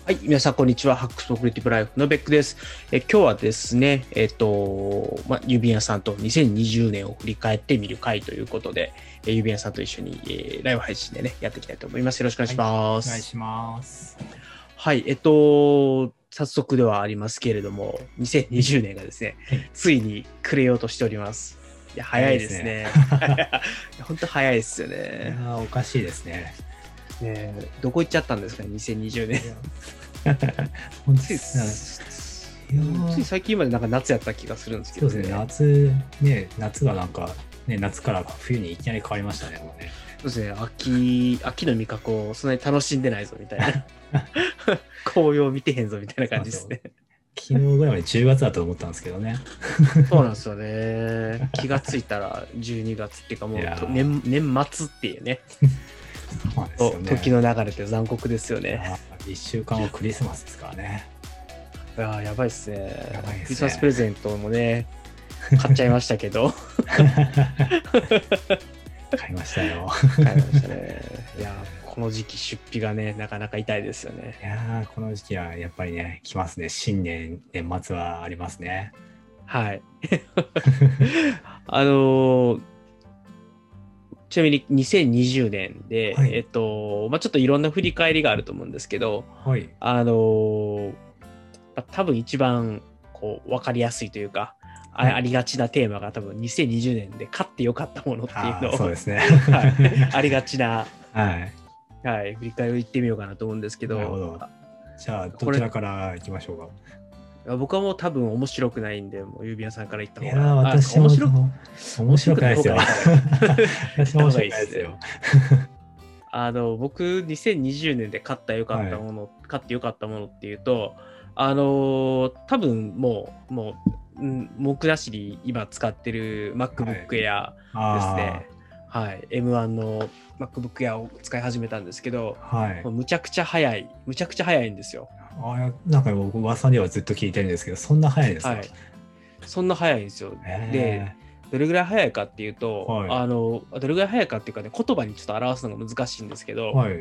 はい、皆さん、こんにちは。ハックスフォークリエイティブライフのベックです。今日はですね、指屋さんと2020年を振り返ってみる回ということで、指屋さんと一緒に、ライブ配信でね、やっていきたいと思います。よろしくお願いします。 お願いします。 はい、早速ではありますけれども、2020年がですね、 はい、 ついに暮れようとしております。いや、早いですね。本当早いですよいね。 やおかしいですね。 どこ行っちゃったんですかね、2020年。 いや本当つい、 いやつい最近までなんか夏やった気がするんですけそうですどね。 ね、夏がなんか、ね、夏から冬にいきなり変わりましたね、もうね。 そうですね、秋の味覚をそんなに楽しんでないぞみたいな。紅葉見てへんぞみたいなそうなんですよ。 感じですね。 昨日ぐらいまで10月だと思ったんですけどね。 そうなんですよね。気がついたら12月っていうかいもうやー、 年末っていうね。 そうなんですよ時ね。 の流れって残酷ですよね。 1週間後クリスマスですからね。 やばいっすね。 やばいでクリスマスプレすね。 ゼントもね、買っちゃいましたけど。 買いましたよ。 買いましたね。いや、この時期出費がね、なかなか痛いですよね。 いやー、この時期はやっぱりね、来ますね。新年、年末はありますね。 はい。あのーちなみに2020年で、 はい。 ちょっといろんな振り返りがあると思うんですけど、 はい。 あのー多分一番こう分かりやすいというか、 はい。 ありがちなテーマが多分2020年で買ってよかったものっていうああ、 のを、 そうですね。 はい、ありがちな、 はい。 はい、振り返りを言ってみようかなと思うんですけど、 なるほど。じゃあ、どこれ、 ちらから行きましょうか。 僕はもう多分面白くないんで、もう指輪さんから言ったいやー、 方が、 私も面白く、 面白くないですよ。 ない方から言った方がいい。 私言った方がも面白いいですね。 くないですよ。 僕、2020年で買ったよかっはい。 たもの、買ってよかったものっていうと、多分もう、僕なしに今使ってるは MacBook い。 Air ですあね。はい。M1 の MacBook Air を使い始めたんですけど、 あ、はい。 もうむちゃくちゃ早いんですよ。 なんか僕、噂ではずっと聞いてるんですけど、そんな早いですか？ はい。そんな早いんですよ。で、 えどれぐらい早いかっていうえ、 と、 はい。 どれぐらい早いかっていうかね、言葉にちょっと表すのが難しいんですけど、 はい。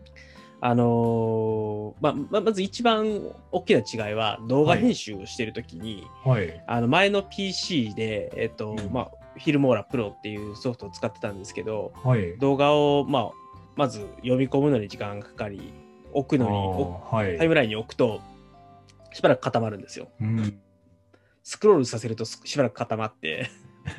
まず一番大きな違いは動画はい。 編集をしてるときに、 はい。 前の PC で、 うん。 フィルモーラプロっていうソフトを使ってたんですけど、 はい。 動画を、まず読み込むのに時間がかかり、置くあのに、 あ、はい。 タイムラインに置くと、しばらく固まるんですよ。 うん。 スクロールさせるとしばらく固まって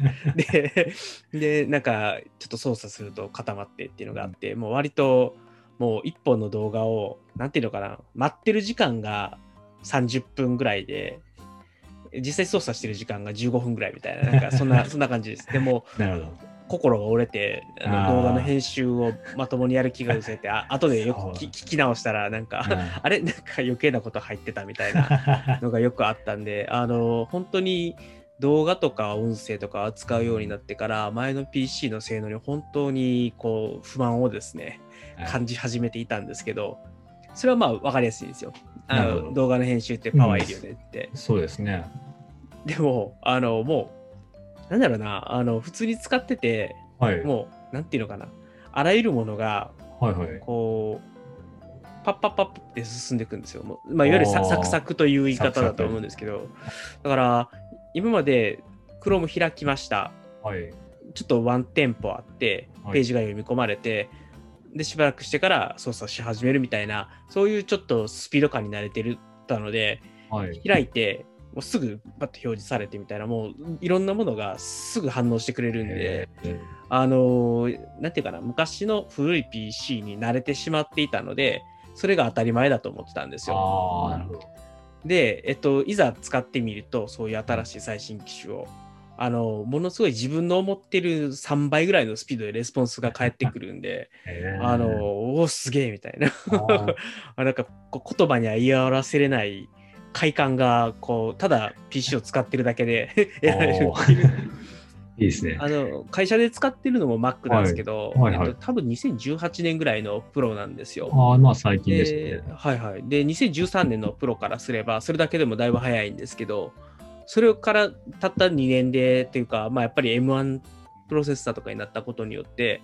なんか、ちょっと操作すると固まってっていうのがあって、もう割と、もう一本の動画を、なんていうのかな、待ってる時間が30分ぐらいで、実際操作してる時間が15分ぐらいみたいな、なんかそんな感じです。でも、 なるほど。 心が折れて、動画のあ編集をまともにやる気が失せて、後でよくそう。 聞き直したら、なんかうん。 あれなんか余計なこと入ってたみたいなのがよくあったんで、本当に動画とか音声とか扱うようになってから、前の PC の性能に本当にこう不満をですね、 はい。 感じ始めていたんですけど、それはまあ分かりやすいんですよ。 なるほど。 動画の編集ってうん。 パワーいるよねって。 そうですね。 でも、もう、なんだろうな、普通に使ってて、 はい。 もう、なんていうのかな、あらゆるものが、 はいはい。 こパッパッパッパって進んでいくんですよ。もうまあ、いわゆるサクああ、 サクという言いサクサク。 方だと思うんですけど、だから、今まで Chrome 開きました。 はい。 ちょっとワンテンポあって、 はい。 ページが読み込まれて、で、しばらくしてから操作し始めるみたいな、そういうちょっとスピード感に慣れてるたので、 はい。 開いて、もうすぐバッと表示されてみたいな、もういろんなものがすぐ反応してくれるんで、なんていうかな、昔の古い PC に慣れてしまっていたので、それが当たり前だと思ってたんですよ。 ああ、なるほど。 で、いざ使ってみると、そういううん。 新しい最新機種を、ものすごい自分の思ってる3倍ぐらいのスピードでレスポンスが返ってくるんで、 ええ、 すげえみたいな。 あなんかこう言葉には言い表せれない快感が、こう、ただ PC を使ってるだけであ、 得られるっおていう。 ーいいですね。 会社で使ってるのも Mac なんではい。 すけど、 はいはい。 多分2018年ぐらいのプロなんですよ。 ああ、まあ最近ですよね。 で、はいはい。で、2013年のプロからすれば、それだけでもだいぶ早いんですけど、それからたった2年で、っていうか、まあやっぱり M1 プロセッサーとかになったことによって、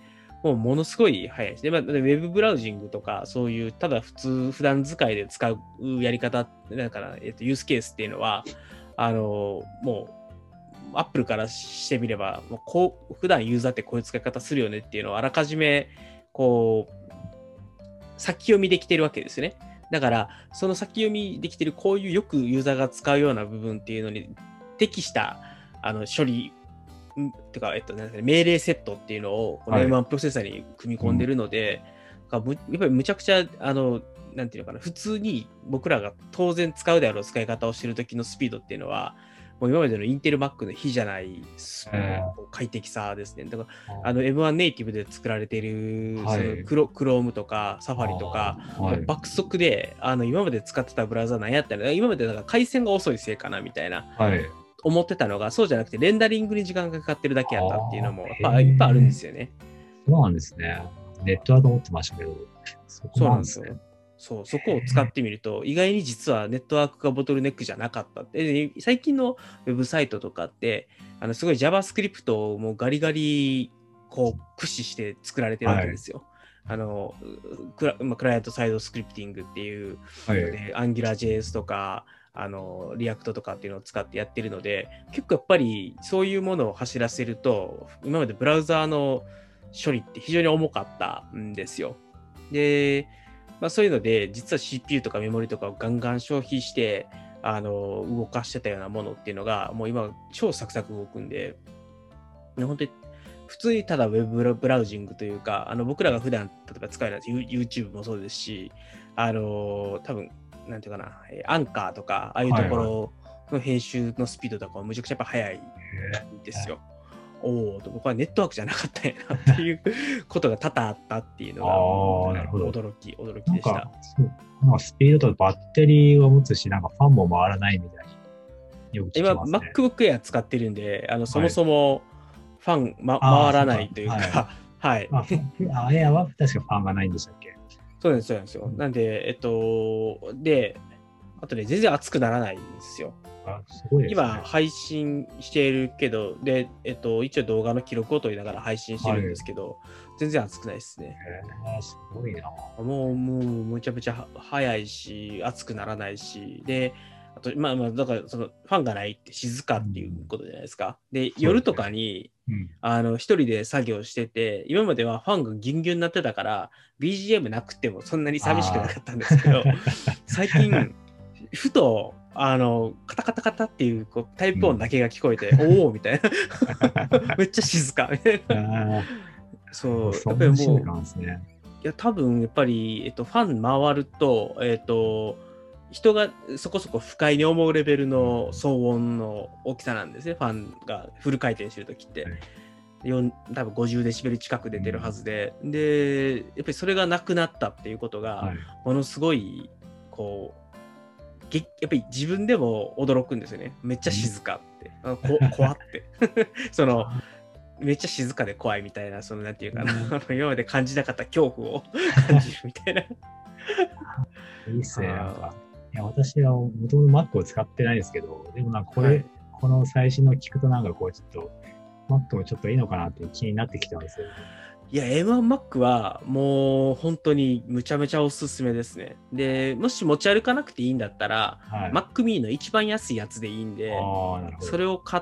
もうものすごい早いですね。ウェブブラウジングとか、そういう、ただ普段使いで使うやり方、だから、ユースケースっていうのは、もう、アップルからしてみれば、もう普段ユーザーってこういう使い方するよねっていうのをあらかじめ、こう、先読みできてるわけですよね。だから、その先読みできてる、こういうよくユーザーが使うような部分っていうのに適した処理、てか、なんですかね、命令セットっていうのを、この M1 プロセッサーに組み込んでるので、やっぱりむちゃくちゃ、なんていうのかな、普通に僕らが当然使うであろう使い方をしてる時のスピードっていうのは、もう今までのインテル Mac の比じゃない快適さですね。だからM1 ネイティブで作られている、そのChrome とか Safari とか、爆速で今まで使ってたブラウザ何やったら、今までなんか回線が遅いせいかなみたいな、思ってたのが、そうじゃなくてレンダリングに時間がかかってるだけやったっていうのもいっぱいあるんですよね。 そうなんですね。ネットワーク持ってましたけど、 そうなんですよ。そこを使ってみると、意外に実はネットワークがボトルネックじゃなかったって。最近のウェブサイトとかって、すごい JavaScript をもうガリガリこう駆使して作られてるわけですよ。クライアントサイドスクリプティングっていう、AngularJS とか、リアクトとかっていうのを使ってやってるので、結構やっぱりそういうものを走らせると、今までブラウザーの処理って非常に重かったんですよ。で、そういうので、実は CPU とかメモリとかをガンガン消費して、動かしてたようなものっていうのが、もう今、超サクサク動くんで、本当に、普通にただウェブブラウジングというか、僕らが普段、例えば使える YouTube もそうですし、多分、なんていうかな、アンカーとか、ああいうところの編集のスピードとかもむちゃくちゃやっぱ速いんですよ。おお、これはネットワークじゃなかったんやなっていうことが多々あったっていうのが驚きでした。 なんかスピードとバッテリーを持つし、なんかファンも回らないみたいによく聞きますね。 今 MacBook Air 使ってるんで、そもそもファン、回らないというか、はい。 Air は確かファンがないんでしたっけ？ そうなんですよ。なんで、で、あとね、全然熱くならないんですよ。 すごいですね。 今配信しているけど、で、一応動画の記録を取りながら配信してるんですけど、全然熱くないですね。 すごいな。 もうむちゃくちゃ早いし、熱くならないし、で、あと、だからそのファンがないって静かっていうことじゃないですか。で、夜とかに、一人で作業してて、今まではファンがギュンギュンになってたから、BGM なくてもそんなに寂しくなかったんですけど、最近、ふと、カタカタカタっていうタイプ音だけが聞こえて、おおみたいな。めっちゃ静かみたいな。そう、やっぱりもう、いや、多分やっぱり、ファン回ると、人がそこそこ不快に思うレベルの騒音の大きさなんですね、ファンがフル回転してるときって。多分50デシベル近く出てるはずで、で、やっぱりそれがなくなったっていうことが、ものすごい、こう、やっぱり自分でも驚くんですよね。めっちゃ静かって。怖って。めっちゃ静かで怖いみたいな、なんていうかな、今まで感じなかった恐怖を感じるみたいな。いいっすね、なんか。いや、私はもともと Mac を使ってないですけど、でもなんかこの最新の聞くとなんかちょっと、Mac もちょっといいのかなって気になってきてますよね。 いや、M1Mac はもう本当にむちゃめちゃおすすめですね。で、もし持ち歩かなくていいんだったら、Mac mini の一番安いやつでいいんで、それを買って、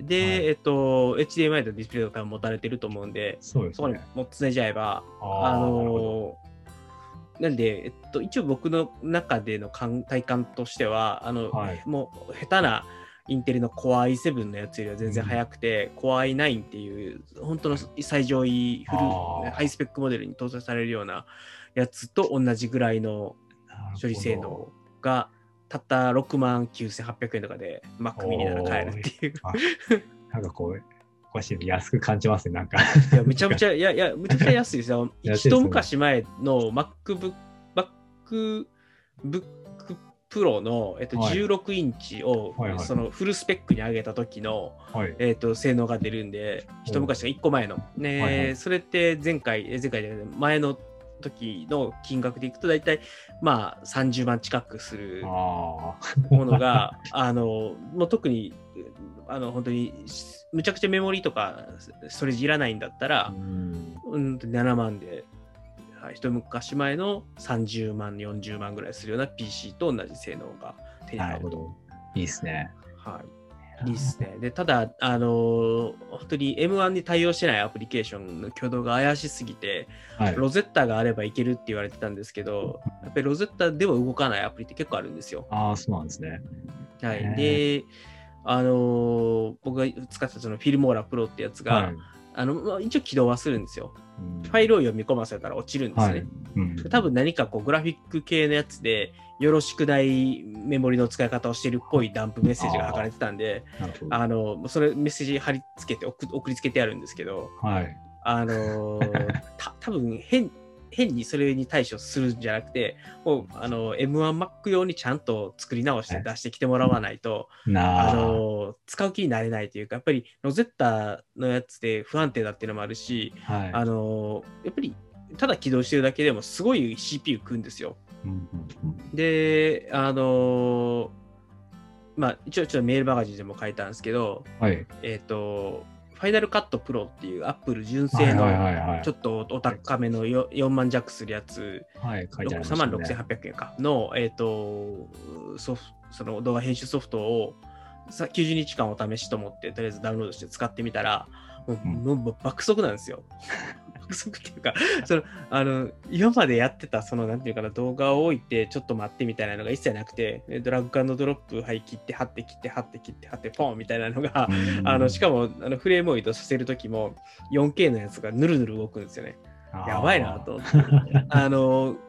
で、HDMI とディスプレイとか持たれてると思うんで、そこにもつねじゃえば、なんで、一応僕の中での体感としては、もう下手なインテルの Core i7 のやつよりは全然速くて、Core i9 っていう本当の最上位ハイスペックモデルに搭載されるようなやつと同じぐらいの処理性能がたった69,800円とかで Mac mini なら買えるっていう。 なんか安く感じますね、なんか。 いや、めちゃめちゃ安いですよ。一昔前の MacBook Pro の、16インチを、そのフルスペックに上げた時の、性能が出るんで、一昔が1個前の。ね、それって前回じゃない前の時の金額でいくと大体まあ30万近くするあものがもう特に本当にむちゃくちゃメモリとかストレージいらないんだったあ。 ら、7万で、はい、一昔前の30万40万ぐらいするような PC と同じ性能が手に入ると。 なるほど。いいですね。 はい、いいですね。で、ただ、本当に M1 に対応してないアプリケーションの挙動が怪しすぎて、 はい。 ロゼッタがあればいけるって言われてたんですけど、やっぱりロゼッタでも動かないアプリって結構あるんですよ。 ああ、そうなんですね。 はい。で、僕が使ってたそのフィルモーラプロってやつが、 はい。 まあ、一応起動はするんですよ。 うんファイルを読み込ませたら落ちるんですね。 はい。うん多分何かこうグラフィック系のやつでよろしくないメモリの使い方をしてるっぽいダンプメッセージが書かれてたんで、 なるほど。 それメッセージ貼り付けて送りつけてあるんですけど、 はい。 多分変にそれに対処するんじゃなくて、もうM1Mac 用にちゃんと作り直して出してきてもらわないと、使う気になれないというか、やっぱりロゼッタのやつで不安定だっていうのもあるし、 はい。 やっぱりただ起動してるだけでもすごい CPU 食うんですよ。で、まあ、一応ちょっとメールマガジンでも書いたんですけど、 はい。 ファイナルカットプロっていう Apple 純正のちょっとお高めの4万弱するやつ、 はい書いてありまし 3 た万6800円かの、その動画編集ソフトを90日間お試しと思ってとりあえずダウンロードして使ってみたら、もう爆速なんですよ。爆速っていうか、今までやってたなんていうかな、動画を置いてちょっと待ってみたいなのが一切なくて、ドラッグ&ドロップ切って貼って切って貼って切って貼ってポンみたいなのが、しかもフレームを移動させるときも 4K のやつがぬるぬる動くんですよね。やばいなと思って。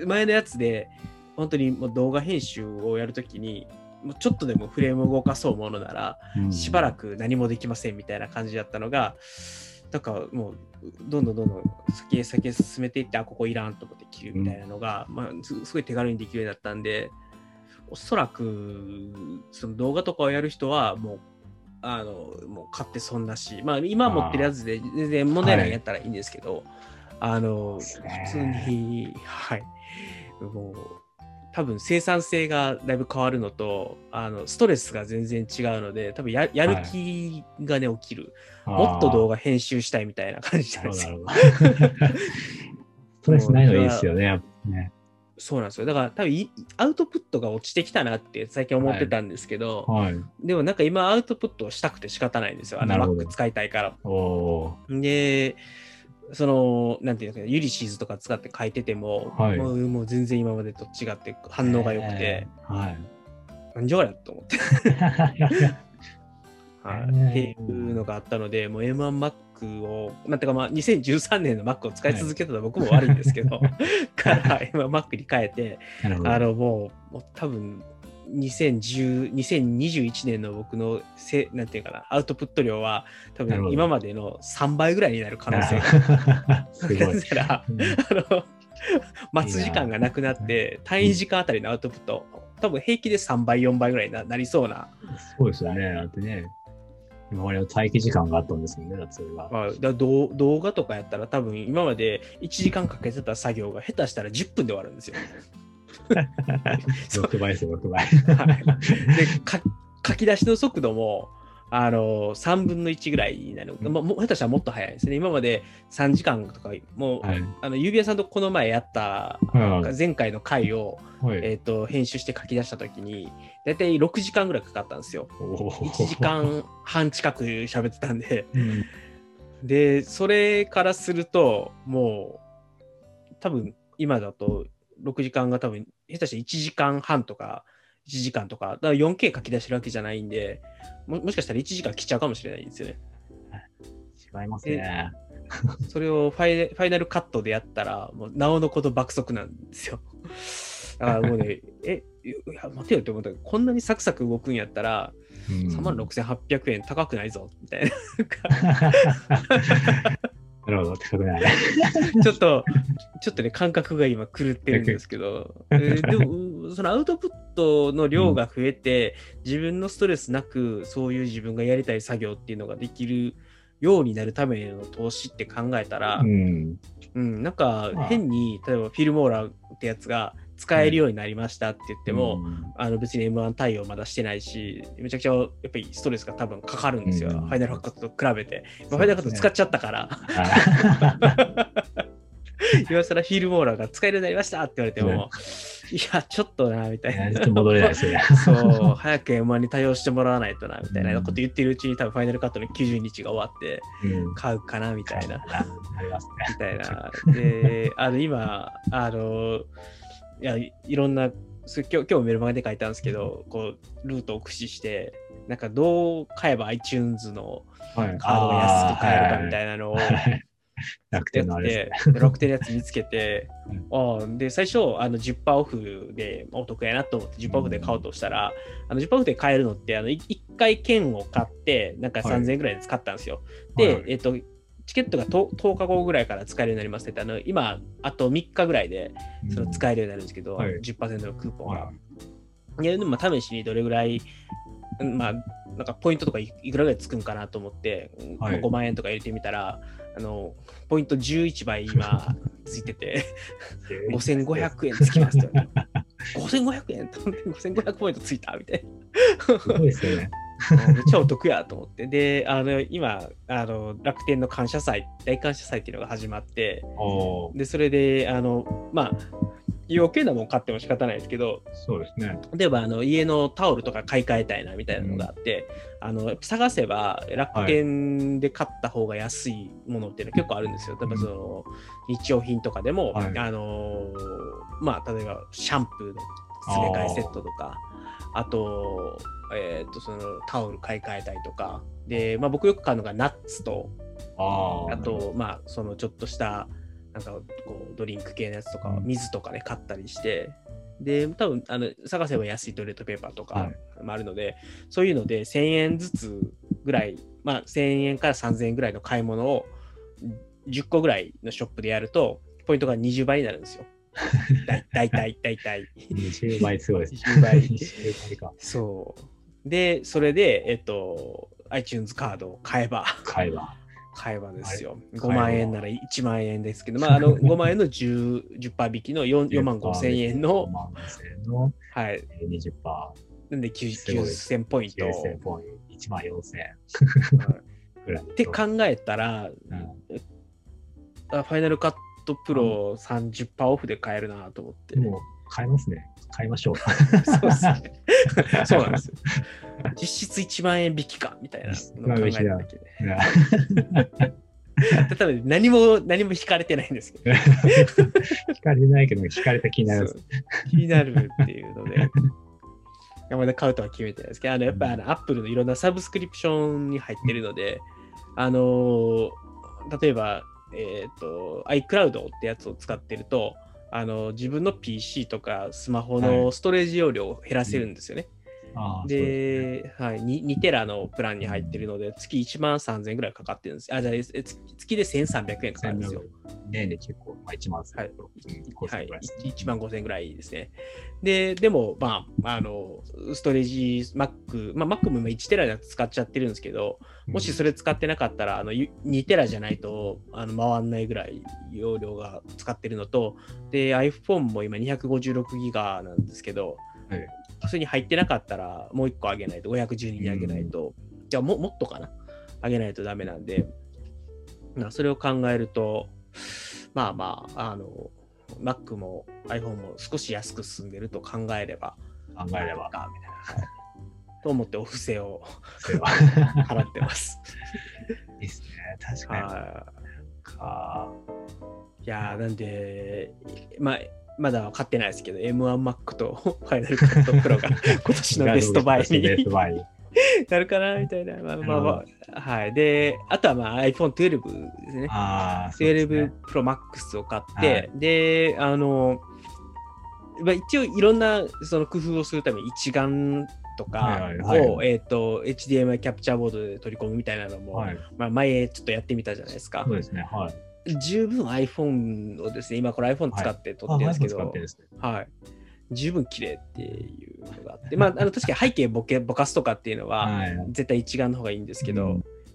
前のやつで本当にもう動画編集をやるときに、もうちょっとでもフレームを動かそうものなら、しばらく何もできませんみたいな感じだったのが、だからもうどんどん先へ進めていって、ここいらんと思って切るみたいなのが、まあ、すごい手軽にできるようになったんで、おそらくその動画とかをやる人はもうもう買って損だし、まあ今持ってるやつで全然問題ないんやったらいいんですけど、普通に、はい、もう多分生産性がだいぶ変わるのと、ストレスが全然違うので、多分やる気がね、起きる。もっと動画編集したいみたいな感じなんですよ。 ストレスないのいいですよね、やっぱね。 そうなんですよ。だから多分アウトプットが落ちてきたなって最近思ってたんですけど、でもなんか今アウトプットをしたくて仕方ないんですよ。Mac 使いたいから。で、なんていうんですか、ユリシーズとか使って書いてても、もう全然今までと違って反応が良くて、なんじゃこりゃと思って。っていうのがあったので、もう M1Mac を、なんていうかまあ2013年の Mac を使い続けたら僕も悪いんですけど、から M1Mac に変えて、もう多分2021年の僕のなんていうかな、アウトプット量は多分今までの3倍ぐらいになる可能性が。すごい。待つ時間がなくなって、単位時間あたりのアウトプット、多分平気で3倍、4倍ぐらいになりそうな。 そうですよね。だってね、今までの待機時間があったんですもんね、だってそれが。 動画とかやったら多分今まで1時間かけてた作業が下手したら10分で終わるんですよ。 6倍ですよ、6倍。 で、書き出しの速度も、3分の1ぐらいになる。下手したらもっと早いですね。今まで3時間とか、もう、指輪さんとこの前やった前回の回を、編集して書き出したときに、だいたい6時間ぐらいかかったんですよ。1時間半近く喋ってたんで。で、それからすると、もう、多分今だと6時間が多分、下手して1時間半とか、1時間とか、だから 4K 書き出してるわけじゃないんで、もしかしたら1時間来ちゃうかもしれないんですよね。 違いますね。 それをファイナルカットでやったら、もうなおのこと爆速なんですよ。だからもうね、いや待てよって思ったけど、こんなにサクサク動くんやったら、36,800円高くないぞ、みたいな。 なるほど、高くない。 ちょっとね、感覚が今狂ってるんですけど、でも、そのアウトプットの量が増えて、自分のストレスなく、そういう自分がやりたい作業っていうのができるようになるための投資って考えたら、なんか変に例えばフィルモーラってやつが使えるようになりましたって言っても、別に M1 対応まだしてないし、めちゃくちゃやっぱりストレスが多分かかるんですよ、ファイナルカットと比べて。ファイナルカット使っちゃったから。今更フィルモーラが使えるようになりましたって言われても、いや、ちょっとな、みたいな。 戻れないですよね。 そう、早く M1 に対応してもらわないとな、みたいなこと言ってるうちに多分ファイナルカットの90日が終わって、買うかな、みたいな。みたいな。で、今、いろんな、今日メルマガで書いたんですけど、こう、ルートを駆使して、なんかどう買えば iTunes のカードが安く買えるかみたいなのを、 楽天のあれですね。楽天のやつ見つけて、で、最初、10%オフでお得やなと思って、10%オフで買おうとしたら、10%オフで買えるのって、1回券を買って、なんか3000円ぐらいで使ったんですよ。で、チケットが 10日後ぐらいから使えるようになりますって、今、あと3日ぐらいでその使えるようになるんですけど、10% のクーポンが。でも試しにどれぐらい、なんかポイントとかいくらぐらいつくんかなと思って、5万円とか入れてみたら、ポイント11倍今ついてて、5500円つきますよね。5500円と思って、5500ポイントついたみたいな。すごいですよね。 めっちゃお得やと思って。で、今、楽天の感謝祭、大感謝祭っていうのが始まって、で、それで、余計なもん買っても仕方ないですけど、 そうですね。 例えば家のタオルとか買い替えたいなみたいなのがあって、探せば楽天で買った方が安いものっていうの結構あるんですよ。例えばその日用品とかでも、例えばシャンプーの詰め替えセットとか、あと、そのタオル買い替えたりとかで、僕よく買うのがナッツと、あとそのちょっとしたなんかこうドリンク系のやつとか水とかね買ったりして、で多分探せば安いトイレットペーパーとかもあるので、そういうので1000円ずつぐらい、1000円から3000円ぐらいの買い物を10個ぐらいのショップでやるとポイントが20倍になるんですよ。だいたい 20倍すごいです。 20倍そうで、それでiTunes カードを買えばですよ。5万円なら1万円ですけど、5万円の 10% 引きの4万5千円の、 はい、20%。 なんで9000ポイント。 9000ポイント、1万4000円。ぐらい。 って考えたら、ファイナルカットプロ 30% オフで買えるなと思って。 もう買いますね。買いましょう。 そうですね。そうなんですよ。実質1万円引きかみたいなのを考えただけで。多分何も引かれてないんですけど。 引かれないけど、引かれた気になる。 気になるっていうので。まだ買うとは決めてないですけど、やっぱりAppleのいろんなサブスクリプションに入ってるので、例えば、iCloud ってやつを使ってると、自分の PC とかスマホのストレージ容量を減らせるんですよね。で、2テラのプランに入ってるので、月1万3000円ぐらいかかってるんです。じゃあ月で1300円かかるんですよ。 年で結構、1万 3000円。1万5000円ぐらいですね。でも、ストレージ、Mac も今1テラで使っちゃってるんですけど、もしそれ使ってなかったら、2テラじゃないと回んないぐらい容量が使ってるのと、で、iPhone も今256ギガなんですけど、それに入ってなかったらもう1個上げないと、512に上げないと、じゃあもっとかな、上げないとダメなんで、それを考えると、Mac も iPhone も少し安く進んでると考えればかみたいな、と思ってお布施を払ってます。 いいっすね、確かに。 いやなんで、まだ買ってないですけど、M1Mac とファイナルカットプロが今年のベストバイになるかなみたいな。はい。で、あとはiPhone12 ですね。12 Pro Max を買って、で、一応いろんなその工夫をするために一眼とかを、HDMI キャプチャーボードで取り込むみたいなのも、前ちょっとやってみたじゃないですか。 そうですね。はい。 十分 iPhone をですね、今これ iPhone 使って撮ってるんですけど、十分綺麗っていうのがあって、確かに背景ぼかすとかっていうのは、絶対一眼の方がいいんですけど、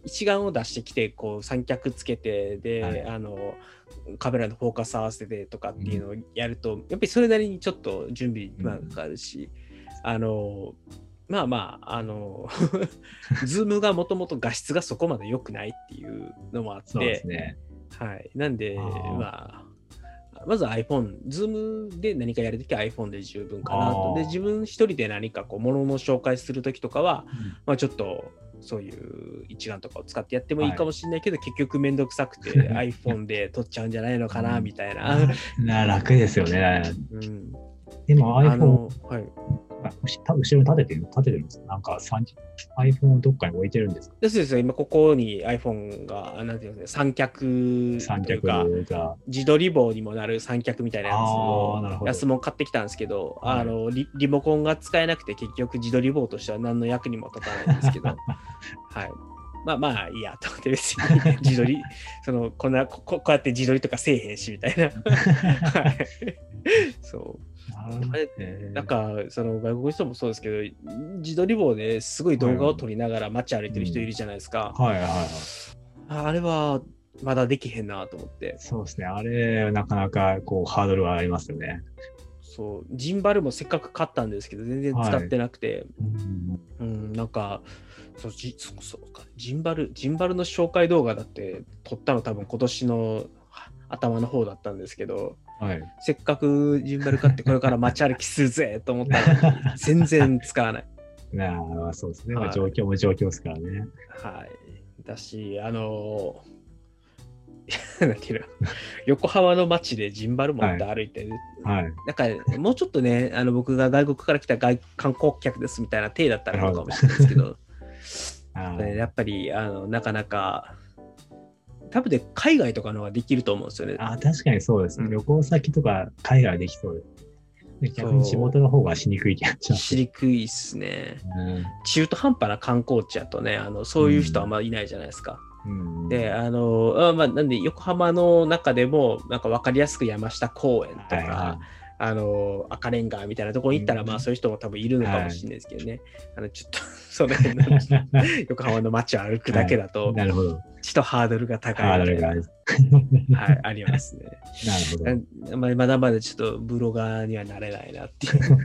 一眼を出してきてこう三脚つけてで、 はいカメラのフォーカス合わせてとかっていうのをやると、やっぱりそれなりにちょっと準備がかかるし、まあまあズームがもともと画質がそこまで良くないっていうのもあって、 そうですね。 はい、なんでまず iPhone、ズームで何かやるときは iPhone で十分かなと。で、自分一人で何かこう物の紹介するときとかは、まあちょっとそういう一眼とかを使ってやってもいいかもしれないけど、結局めんどくさくて iPhone で撮っちゃうんじゃないのかなみたいな。 楽ですよね。 うん、 でも iPhone、 はい、 後ろに立ててるんですか？なんかiPhone をどっかに置いてるんですか？ ですです。今ここに iPhone がなんていうんですか、三脚というか自撮り棒にもなる三脚みたいなやつも買ってきたんですけど、リモコンが使えなくて結局自撮り棒としては何の役にも立たないんですけど、はい。まあいいやと思って別に自撮りこうやって自撮りとかせえへんしみたいな。はい。そう。なんか外国の人もそうですけど、自撮り棒ですごい動画を撮りながら街歩いてる人いるじゃないですか。あれはまだできへんなと思って。 そうですね。あれなかなかこうハードルはありますよね。 そう、ジンバルもせっかく買ったんですけど全然使ってなくて、なんかそうかジンバルの紹介動画だって撮ったの多分今年の頭の方だったんですけど、せっかくジンバル買ってこれから街歩きするぜと思ったのに全然使わない。 そうですね。状況も状況ですからね。 はい。だしなんていうの横浜の街でジンバル持って歩いてる、なんかもうちょっとね僕が外国から来た観光客ですみたいな体だったらいいのかもしれないですけどやっぱりなかなか多分海外とかのはできると思うんですよね。 確かにそうですね。旅行先とか海外はできそうです。逆に仕事の方がしにくい気がします。 しにくいっすね。中途半端な観光地やとねそういう人はあんまいないじゃないですか。でなんで横浜の中でもなんか分かりやすく山下公園とか、赤レンガみたいなところに行ったら、そういう人も多分いるのかもしれないですけどね、ちょっとその辺の横浜の街を歩くだけだと、 なるほど、 ちょっとハードルが高いみたいな、ありますね。 なるほど。 まだまだちょっとブロガーにはなれないなっていう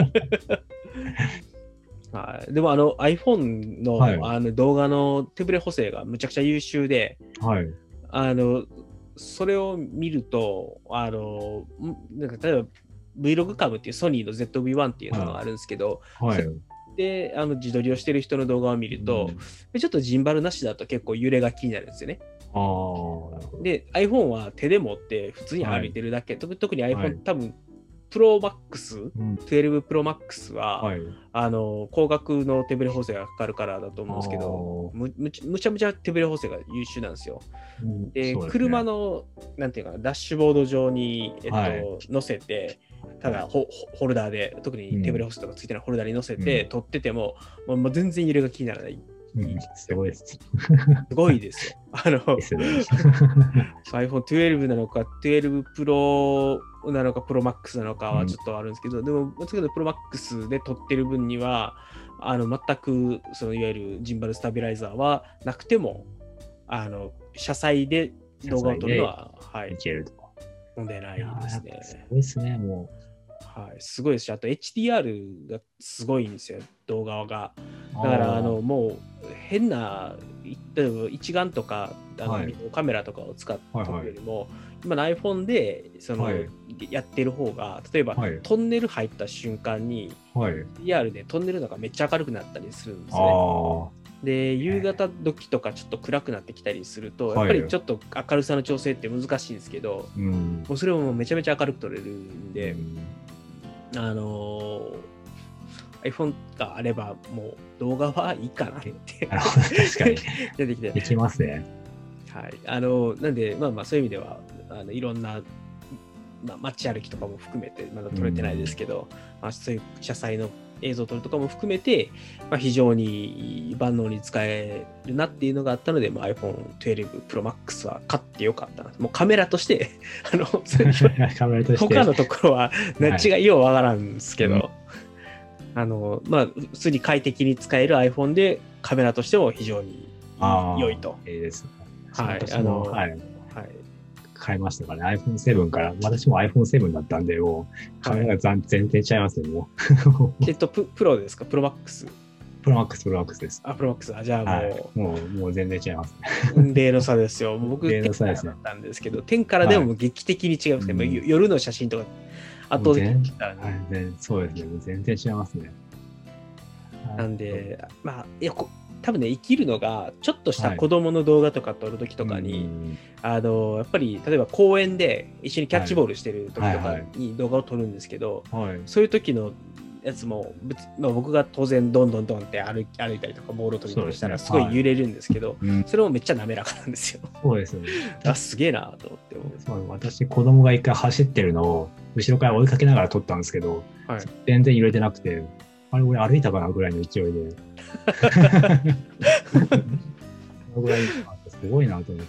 でもiPhone の、動画の手ブレ補正がむちゃくちゃ優秀で、それを見るとなんか例えば Vlogcam っていうソニーの ZV-1 っていうのがあるんですけど、で自撮りをしてる人の動画を見ると、ちょっとジンバルなしだと結構揺れが気になるんですよね。で iPhone は手で持って普通に歩いてるだけ、特に iPhone、多分プロマックス、12プロマックスは、高額の手ブレ補正がかかるからだと思うんですけど、むちゃむちゃ手ブレ補正が優秀なんですよ。で、車のなんていうかダッシュボード上に、載せて、ただホルダーで、特に手ブレ補正とかついてないホルダーに載せて、撮ってても、もう全然揺れが気にならない。 すごいです。 すごいですよ。iPhone 12なのか、12 Pro なのか、Pro Max なのかはちょっとあるんですけど、でも、Pro Max で撮ってる分には、全くいわゆるジンバルスタビライザーはなくても、車載で動画を撮るのは、いけると。問題ないですね。 すごいですね、もう。 すごいですし、あと HDR がすごいんですよ、動画が。だからもう変な例えば一眼とかビデオカメラとかを使って撮るよりも、今の iPhone でやってる方が、例えば、トンネル入った瞬間に HDR でトンネルの中めっちゃ明るくなったりするんですね。で夕方時とかちょっと暗くなってきたりすると、やっぱりちょっと明るさの調整って難しいんですけど、もうそれもめちゃめちゃ明るく撮れるんで、iPhone があればもう動画はいいかなって確かに出てきてできますね。 なんでそういう意味でははいろんな、街歩きとかも含めてまだ撮れてないですけど、そういう車載の映像を撮るとかも含めて、非常に万能に使えるなっていうのがあったので、iPhone 12 Pro Max は買ってよかったな。もうカメラとして他のところは違いようわからんですけど、普通に快適に使える iPhone でカメラとしても非常に良いと。 いいですね。 はい。 私も、はい。 はい。 買いましたからね。iPhone7 から、私も iPhone7 だったんで、もう、カメラが全然違いますね、もう。 プロですか？プロマックス？ プロマックスです。 あ、プロマックス。じゃあはい。もう全然違いますね。 雲泥の差ですよ。僕、 例の差です 10だね。 ったんですけど、10からでももう劇的に違いますね。 はいもう夜の写真とか圧倒的に違うね。 そうですね。もう全然違いますね。 なんで、まあ、多分ね、生きるのが、ちょっとした子供の動画とか撮るときとかに、やっぱり、例えば公園で一緒にキャッチボールしてるときとかに動画を撮るんですけど、そういう時のやつも、まあ、僕が当然どんどんって歩いたりとかボールを取りにしたらすごい揺れるんですけど、それもめっちゃ滑らかなんですよ。 そうですね。 すげえなと思って。 そう私、子供が一回走ってるのを後ろから追いかけながら撮ったんですけど、全然揺れてなくて、あれ俺歩いたかなぐらいの勢いで。そのぐらいすごいなと思って。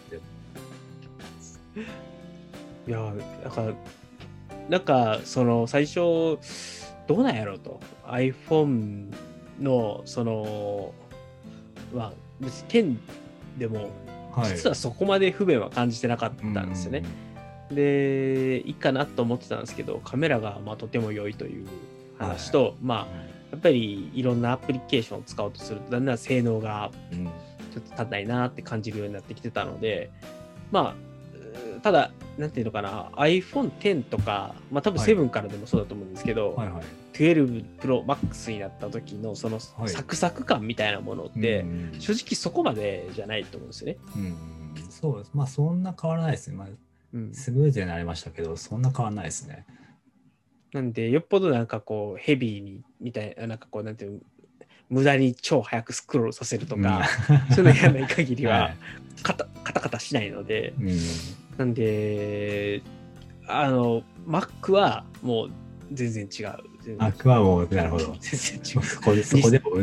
いや、なんかその最初どうなんやろうと iPhone のまあ別に10でも実はそこまで不便は感じてなかったんですよね。でいいかなと思ってたんですけど、カメラがまあとても良いという話と、まあやっぱりいろんなアプリケーションを使おうとするとだんだん性能がちょっと足んないなって感じるようになってきてたので、まあただなんていうのかな、 iPhone X とか、まあ多分7からでもそうだと思うんですけど、12 Pro Max になった時のそのサクサク感みたいなものって、正直そこまでじゃないと思うんですよね。 そうです。まあそんな変わらないですね。まあスムーズになりましたけど、そんな変わらないですね。 なんでよっぽどなんかこうヘビーにみたいな、なんかこうなんていう無駄に超早くスクロールさせるとか、そういうのやらない限りはカタカタしないので、なんでMac はもう全然違う。 Mac はもうなるほど。 全然違う。 そこでも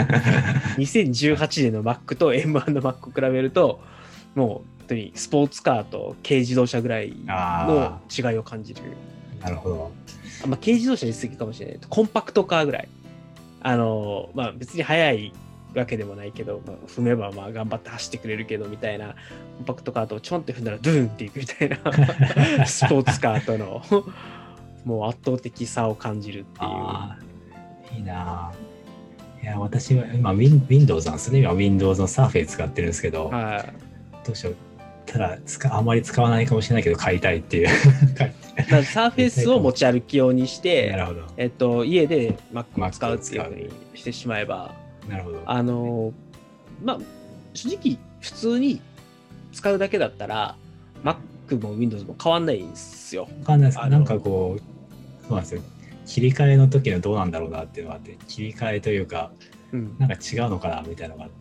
2018年の Mac と M1 の Mac を比べると、もう本当にスポーツカーと軽自動車ぐらいの違いを感じる。 なるほど。 まあ、軽自動車に過ぎかもしれない。コンパクトカーぐらい。まあ別に速いわけでもないけど、まあ、踏めばまあ頑張って走ってくれるけどみたいなコンパクトカーとちょんって踏んだらドゥーンっていくみたいなスポーツカーとのもう圧倒的さを感じるっていう。 いいな。いや私は今 Windows なんですね。今 Windows の Surface 使ってるんですけど、どうしよう。ただあまり使わないかもしれないけど買いたいっていうサーフェイスを持ち歩き用にしてなるほど、 家で Mac を使うっていうふうにしてしまえば、 なるほど、 まあ正直普通に使うだけだったら Mac も Windows も変わんないんですよ。 変わんないです。なんかこうそうなんですよ。切り替えの時のどうなんだろうなっていうのがあって、切り替えというか、なんか違うのかなみたいなのがあって。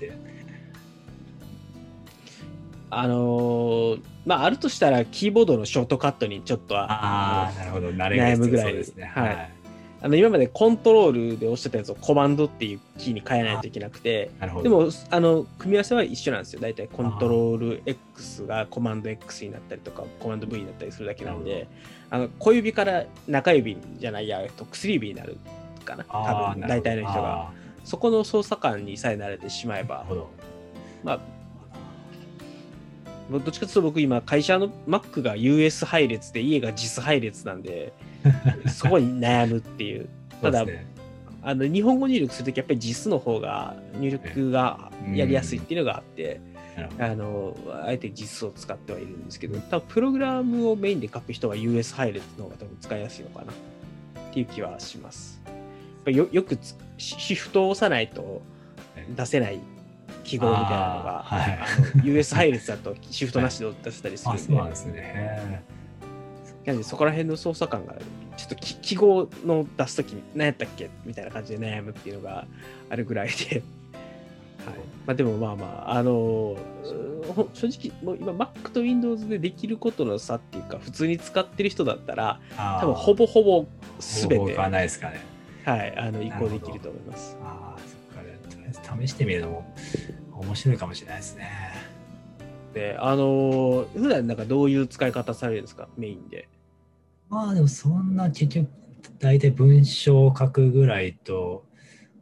まああるとしたらキーボードのショートカットにちょっとなるほど、 悩むぐらいですね。今までコントロールで押してたやつをコマンドっていうキーに変えないといけなくて、でも組み合わせは一緒なんですよ。だいたいコントロール X がコマンド X になったりとかコマンド V になったりするだけなんで、小指から中指じゃないや薬指になるかな、多分大体の人がそこの操作感にさえ慣れてしまえば、まあどっちかというと僕今会社の Mac が US 配列で家が JIS 配列なんでそこに悩むっていう。ただ日本語入力するときやっぱり JIS の方が入力がやりやすいっていうのがあって、あえて JIS を使ってはいるんですけど、多分プログラムをメインで書く人は US 配列の方が多分使いやすいのかなっていう気はします。やっぱりよくシフトを押さないと出せない記号みたいなのが、US 配列だとシフトなしで出せたりするんで、 そうなんですね。 そこら辺の操作感がちょっと記号の出すときに何やったっけみたいな感じで悩むっていうのがあるぐらいで、まあ、でもまあまあ正直もう今 Mac と Windows でできることの差っていうか、普通に使ってる人だったら多分ほぼほぼ全て移行できると思います。 そっか、試してみるのも面白いかもしれないですね。 で、普段なんかどういう使い方されるんですか、メインで。 まあでもそんな結局大体文章を書くぐらいと、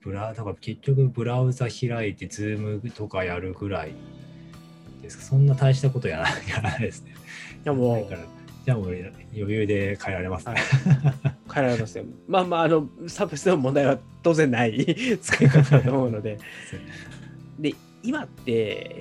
だから結局ブラウザ開いて、ズームとかやるぐらいですか。そんな大したことやらないですね。 いやもう、 じゃあもう余裕で変えられますね。 変えられますよ。まあまあ、サービスの問題は当然ない使い方だと思うので。で、今って、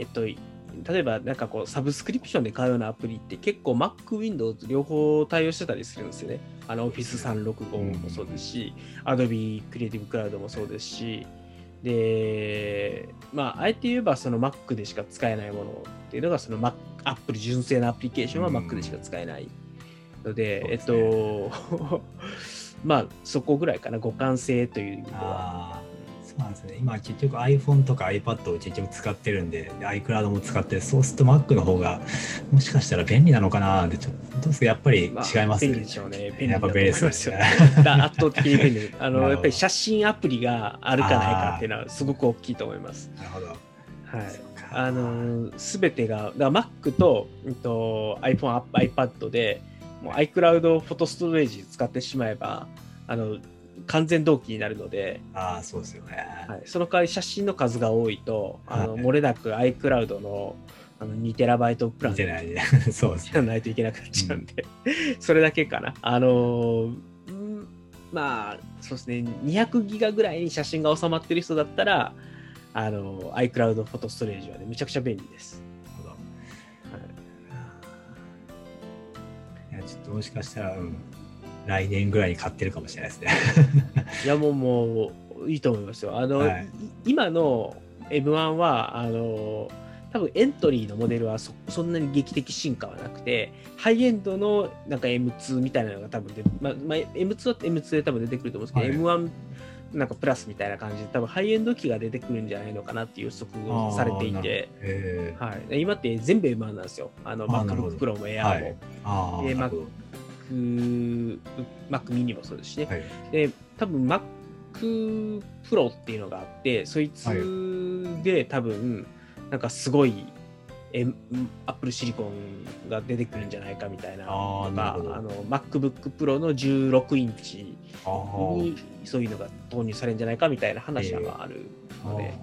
例えばなんかこうサブスクリプションで買うようなアプリって結構 Mac、Windows 両方対応してたりするんですよね。Office 365もそうですし、Adobe Creative Cloud もそうですし、で、まあ、あえて言えばその Mac でしか使えないものっていうのがその Apple 純正のアプリケーションは Mac でしか使えないので、まあそこぐらいかな、互換性という意味では。 そうなんですね。今結局 iPhone とか iPad を結局使ってるんで、iCloud も使ってる。そうすると Mac の方がもしかしたら便利なのかなって、ちょっとやっぱり違いますね。 便利でしょうね。便利やっぱ便利ですよね。 圧倒的に便利。やっぱり写真アプリがあるかないかっていうのはすごく大きいと思います。 なるほど。 はい。すべてが、Mac と、iPhone、iPad で、もう iCloud フォトストレージ使ってしまえば、完全同期になるので、 そうですよね。 はい、その代わり写真の数が多いと、漏れなく iCloud の2テラバイトプランじゃないといけなくなっちゃうんで、それだけかな。まあ、そうですね、200ギガぐらいに写真が収まってる人だったら、iCloud フォトストレージはね、めちゃくちゃ便利です。 いや、ちょっともしかしたら、来年ぐらいに買ってるかもしれないですね。 いや、もういいと思いますよ。今の M1 は、多分エントリーのモデルはそんなに劇的進化はなくて、ハイエンドのなんか M2 みたいなのが多分M2 だって M2 で多分出てくると思うんですけど、M1 なんかプラスみたいな感じで多分ハイエンド機が出てくるんじゃないのかなっていう予測をされていて、はい、今って全部 M1 なんですよ。MacBook Pro も Air も。でMac mini もそうですしね。で、多分 Mac Pro っていうのがあって、そいつで多分、なんかすごい、Apple シリコンが出てくるんじゃないかみたいなのが、MacBook Pro の16インチにそういうのが投入されるんじゃないかみたいな話があるので、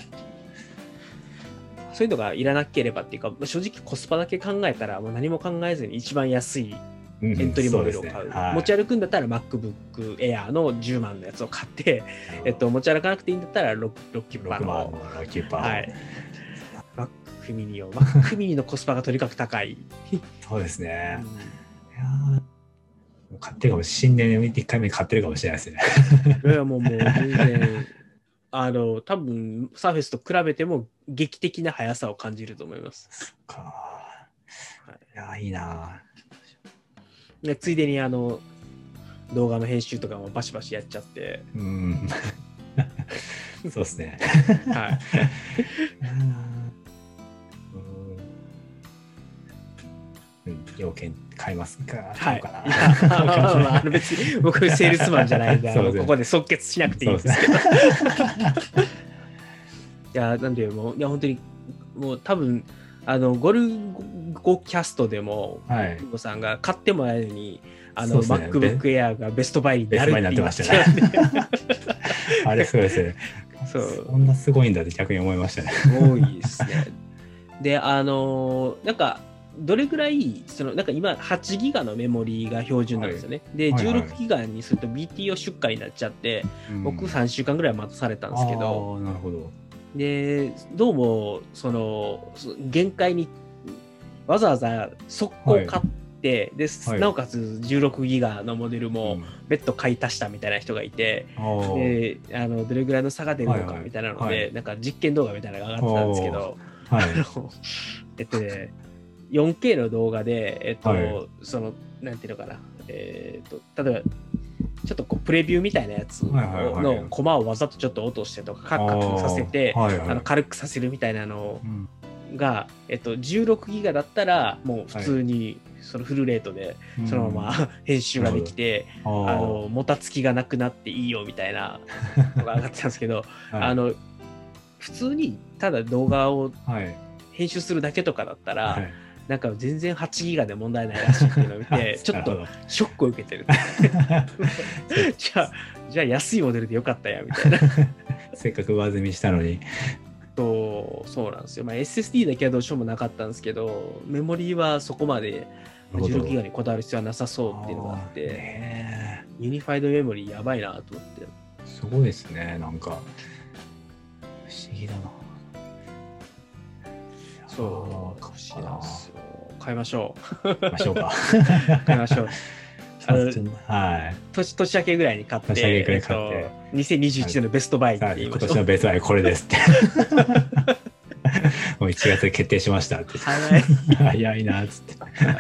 そういうのがいらなければっていうか、正直コスパだけ考えたら、もう何も考えずに一番安いエントリーモデルを買う。持ち歩くんだったら MacBook Air の10万のやつを買って、持ち歩かなくていいんだったら6キュッパの。はい。Mac mini のコスパがとにかく高い。 そうですね。買ってるかも、新年1回目買ってるかもしれないですね。 いや、もう全然、多分、サーフェスと比べても劇的な速さを感じると思います。 そっか。いや、いいな。 ついでに動画の編集とかもバシバシやっちゃって。 そうですね。 はい。 要件買いますか。 はい。別に僕セールスマンじゃないんで、ここで即決しなくていいんですけど。いや、なんでもう、いや、本当に、もう多分、ゴルゴキャストでも、久保さんが買ってもらえるように、MacBook Air がベストバイになるって言ってましたね。 あれ、そうですね。そんなすごいんだって逆に思いましたね。 多いですね。で、なんか、どれぐらい、なんか今、8ギガのメモリが標準なんですよね。で、16ギガにすると BTO 出荷になっちゃって、僕3週間ぐらい待たされたんですけど、 なるほど。 で、どうも、限界に、わざわざ速攻買って、で、なおかつ16ギガのモデルも別途買い足したみたいな人がいて、で、どれぐらいの差が出るのかみたいなので、なんか実験動画みたいなのが上がってたんですけど、4K の動画で、なんていうのかな、例えば、ちょっとこうプレビューみたいなやつのコマをわざとちょっと落としてとか、カクカクさせて、軽くさせるみたいなのが、16ギガだったら、もう普通にそのフルレートでそのまま編集ができて、もたつきがなくなっていいよみたいなのが上がってたんですけど、普通にただ動画を編集するだけとかだったら、なんか全然8ギガで問題ないらしいっていうのを見て、ちょっとショックを受けてる。じゃあ、 じゃあ安いモデルでよかったやみたいな。 せっかく上積みしたのに。 そうなんですよ。まあ、SSD だけはどうしようもなかったんですけど、メモリーはそこまで16ギガにこだわる必要はなさそうっていうのがあって、ユニファイドメモリーやばいなと思って。 すごいですね、なんか。不思議だな。 そう、不思議なんですよ。買いましょう。買いましょうか。 買いましょう。 はい。 年明けぐらいに買って、 年明けぐらいに買って、 2021年のベストバイって言いましょう。 今年のベストバイこれですって。もう1月で決定しましたって。早いなっつって。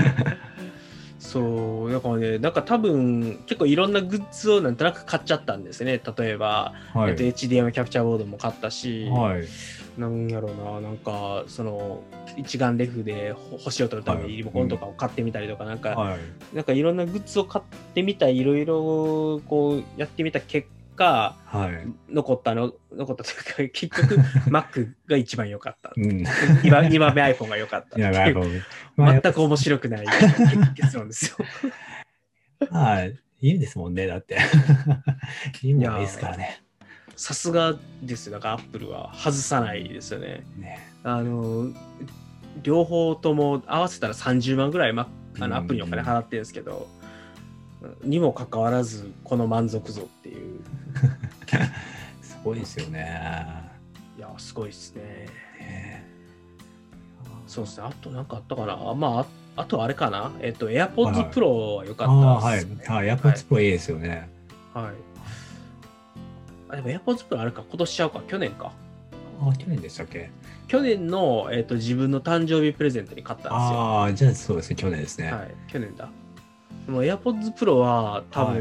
そうだからね、なんか多分結構いろんなグッズをなんとなく買っちゃったんですね。例えば、 はい、 HDMI キャプチャーボードも買ったし、 はい、 なんやろうな、なんかその一眼レフで星を撮るためにリモコンとかを買ってみたりとか、なんかいろんなグッズを買ってみた、いろいろこうやってみた結果、残ったというか結局 Mac が一番良かった。2番目 iPhone が良かったっていう。全く面白くない結論ですよ。 はい、いいですもんね、だって。いいもんいいですからね。 さすがですよ。だから Apple は外さないですよね。両方とも合わせたら30万ぐらいアプリにお金払ってるんですけど、にもかかわらずこの満足度っていう。 すごいですよね。 いや、すごいですね。そうですね。あとなんかあったかな。まあ、あとあれかな。AirPods Pro は良かったですね。 はい。AirPods Pro いいですよね。 はい。でも AirPods Pro あれか、今年ちゃうか、去年か。 去年でしたっけ？ 去年の、自分の誕生日プレゼントに買ったんですよ。 じゃあそうですね、去年ですね。 はい、去年だ。でも AirPods Pro は多分、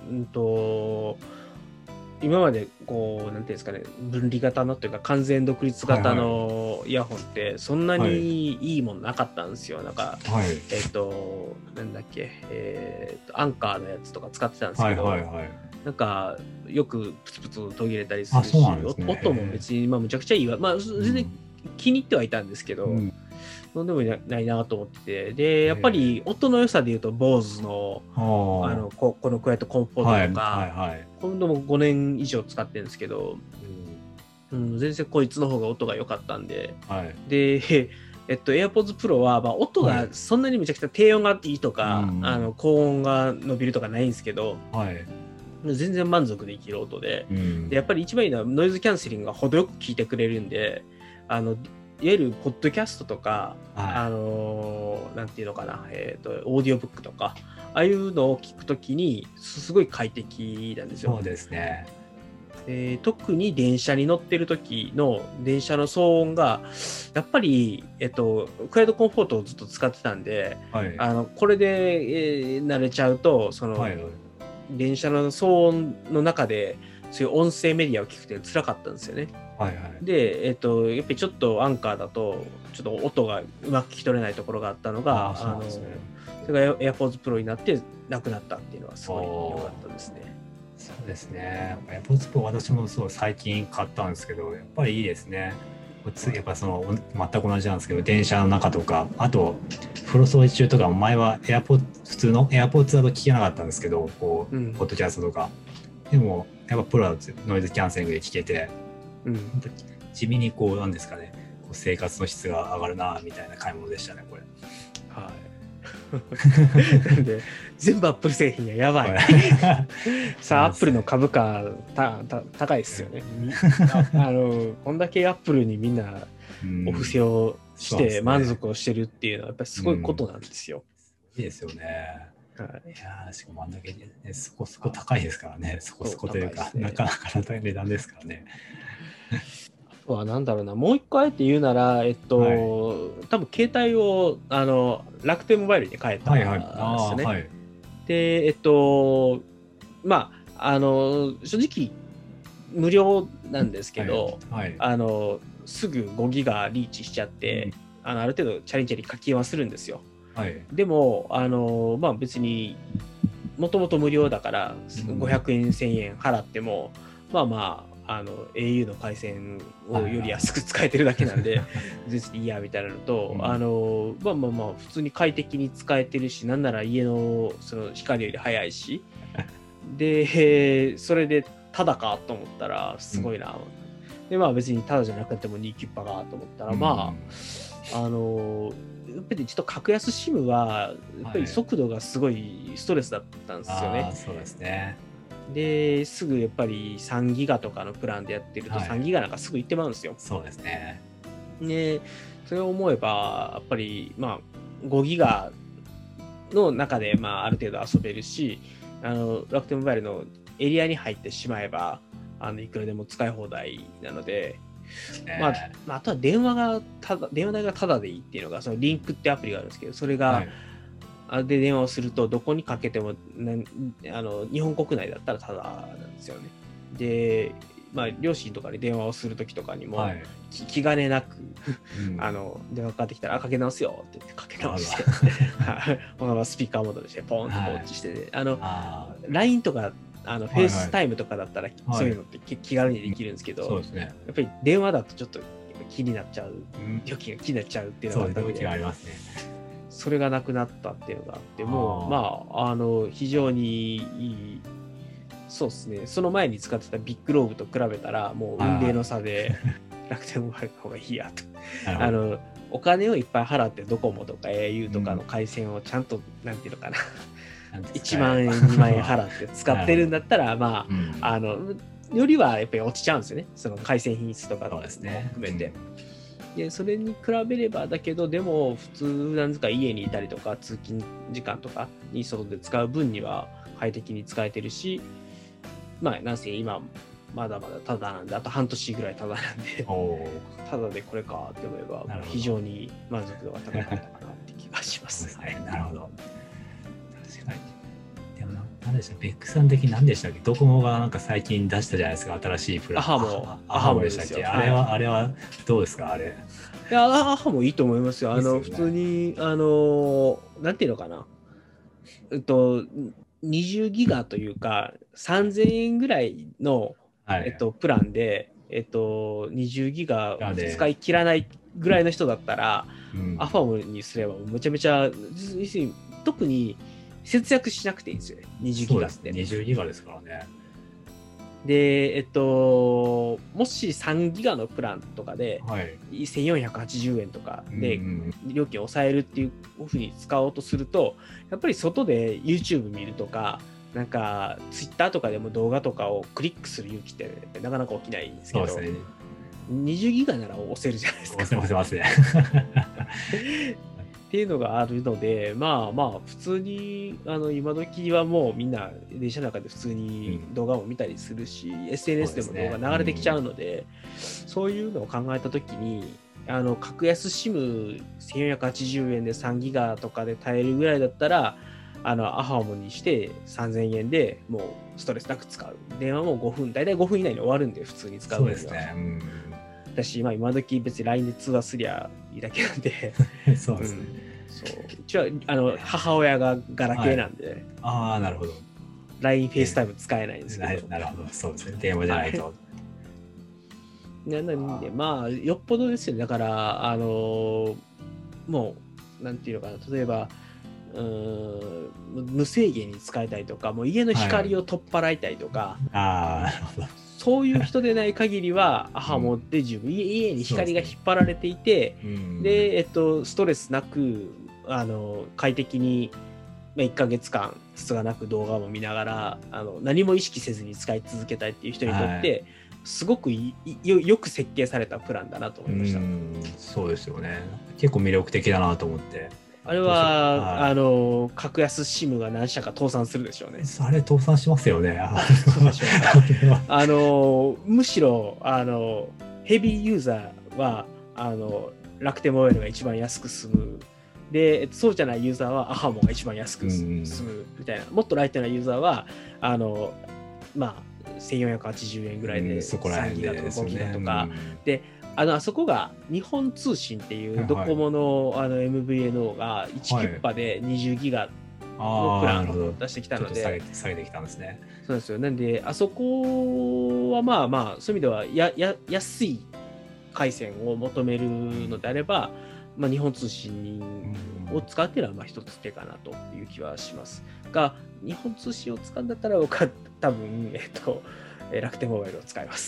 今までこう、なんていうんですかね、分離型のというか完全独立型のイヤホンってそんなにいいものなかったんですよ。なんか、なんだっけ、アンカーのやつとか使ってたんですけど、なんかよくプツプツ途切れたりするし、音も別にむちゃくちゃいいわ。まあ全然気に入ってはいたんですけど、そうでもないなと思ってて、でやっぱり音の良さでいうと BOSE のこのクワイエットコンフォートとか、今度も5年以上使ってるんですけど、全然こいつの方が音が良かったんで、でAirPods Pro は、音がそんなにめちゃくちゃ低音がいいとか、高音が伸びるとかないんですけど、全然満足できる音で、やっぱり一番いいのはノイズキャンセリングが程よく効いてくれるんで、いわゆるポッドキャストとか、なんていうのかな、オーディオブックとか、ああいうのを聞くときにすごい快適なんですよ。 そうですね。 特に電車に乗ってる時の電車の騒音がやっぱり、クライドコンフォートをずっと使ってたんで、これで、慣れちゃうとその、電車の騒音の中でそういう音声メディアを聞くって辛かったんですよね。で、やっぱりちょっとアンカーだとちょっと音がうまく聞き取れないところがあったのが、それが AirPods Pro になってなくなったっていうのはすごい良かったですね。 そうですね。AirPods Pro 私もそう最近買ったんですけど、やっぱりいいですね。やっぱその全く同じなんですけど、電車の中とか、あと風呂掃除中とか、前は普通の AirPods だと聞けなかったんですけど、こうポッドキャストとか。でもやっぱプロはノイズキャンセリングで聞けて、地味にこうなんですかね、こう生活の質が上がるなみたいな買い物でしたね、これ。 はい。なんで全部アップル製品がやばい。さあアップルの株価高いですよね。こんだけアップルにみんなお布施をして満足をしてるっていうのはやっぱりすごいことなんですよ。 いいですよね。いやしかもあんだけ、ね、そこそこ高いですからね。そこそこというか、なかなかの値段ですからね。 あとはなんだろうな、もう一個あえて言うなら、多分携帯を楽天モバイルに変えたんですよね。で、まあ正直無料なんですけど、すぐ5ギガリーチしちゃって、ある程度チャリンチャリン課金はするんですよ。でも別にもともと無料だから500円1000円払ってもau の回線をより安く使えてるだけなんで全然いいやみたいなのと、普通に快適に使えてるし、なんなら家のその光より早いしで、それでただかと思ったら、すごいな。で、まあ別にただじゃなくても2キュッパかと思ったら、まあ、やっぱりちょっと格安 SIM は、やっぱり速度がすごいストレスだったんですよね。 そうですね。 で、すぐやっぱり3ギガとかのプランでやってると、3ギガなんかすぐ行ってまうんですよ。 そうですね。 で、それを思えば、やっぱり、まあ、5ギガの中で、まあ、ある程度遊べるし、楽天モバイルのエリアに入ってしまえば、いくらでも使い放題なので、まあ、あとは電話代がタダでいいっていうのが、そのリンクってアプリがあるんですけど、それが、で電話をすると、どこにかけても、日本国内だったらタダなんですよね。で、まあ、両親とかに電話をするときとかにも、気兼ねなく、電話かかってきたら、かけ直すよって言ってかけ直して、このままスピーカーモードにして、ポンと放置して、LINE とか、フェイスタイムとかだったら、そういうのって気軽にできるんですけど、やっぱり電話だとちょっと気になっちゃう、料金が気になっちゃうっていうのがあったので、それがなくなったっていうのがあって、もう、まあ、非常にいい、そうですね、その前に使ってたビッグローブと比べたら、もう運命の差で、楽天モバイルの方がいいやと。お金をいっぱい払って、ドコモとか au とかの回線をちゃんと、なんていうのかな、1万円、2万円払って使ってるんだったら、まあ、よりはやっぱり落ちちゃうんですよね、その回線品質とかも含めて。でそれに比べればだけど、でも普通普段使い家にいたりとか通勤時間とかに外で使う分には快適に使えてるし、まあなんせ今まだまだタダなんで、あと半年ぐらいタダなんで、タダでこれかって思えば非常に満足度が高かったかなって気がしますね。 なるほど。確かに。でも何でしたっけ、ベックさん的に何でしたっけ、ドコモがなんか最近出したじゃないですか、新しいプラン。アハモでしたっけ。あれはどうですか、あれ。 いや、アハもいいと思いますよ。普通に、なんていうのかな。20ギガというか、3000円ぐらいの、プランで、20ギガ使い切らないぐらいの人だったら、アファムにすればめちゃめちゃ、特に節約しなくていいんですよね、20ギガって。 20ギガですからね。 で、もし3ギガのプランとかで、1480円とかで料金を抑えるっていうふうに使おうとすると、やっぱり外で YouTube 見るとか、なんか Twitter とかでも動画とかをクリックする勇気ってなかなか起きないんですけど、20ギガなら押せるじゃないですか。 押せますね。 っていうのがあるので、まあ普通に今時はもうみんな電車の中で普通に動画を見たりするし、SNS でも動画流れてきちゃうので、そういうのを考えたときに格安 SIM1480 円で3ギガとかで耐えるぐらいだったら、アハモにして3000円でもうストレスなく使う。電話も5分、大体5分以内に終わるんで、普通に使う。 そうですね。 私、今時別に LINE で通話すりゃいいだけなんで。 そうですね。 うちは母親がガラケーなんで。 なるほど。 LINE、FaceTime 使えないんですけど。 なるほど、そうですね。電話じゃないと。 なんで、まあ、よっぽどですよね。だから、もう、なんていうのかな、例えば、無制限に使いたいとか、もう家の光を取っ払いたいとか、 なるほど。 そういう人でない限りは、アハモで十分、家に光が引っ張られていて、で、ストレスなく、快適に、1ヶ月間、質がなく動画も見ながら、何も意識せずに使い続けたいっていう人にとって、すごくよく設計されたプランだなと思いました。 そうですよね。結構魅力的だなと思って。 あれは、格安 SIM が何社か倒産するでしょうね。 あれ倒産しますよね。 むしろヘビーユーザーは楽天モバイルが一番安く済む。で、そうじゃないユーザーはアハモが一番安く済むみたいな。もっとライトなユーザーはまあ1480円ぐらいで3ギガとか5ギガとかで。あそこが日本通信っていうドコモの、MVNO が1キュッパで20ギガのプランを出してきたので、 下げてきたんですね。 そうですよ。なんで、あそこはまあまあ、そういう意味では安い回線を求めるのであれば、 まあ、日本通信を使うっていうのはまあ一つ手かなという気はしますが、日本通信を使うんだったら僕は多分、楽天モバイルを使います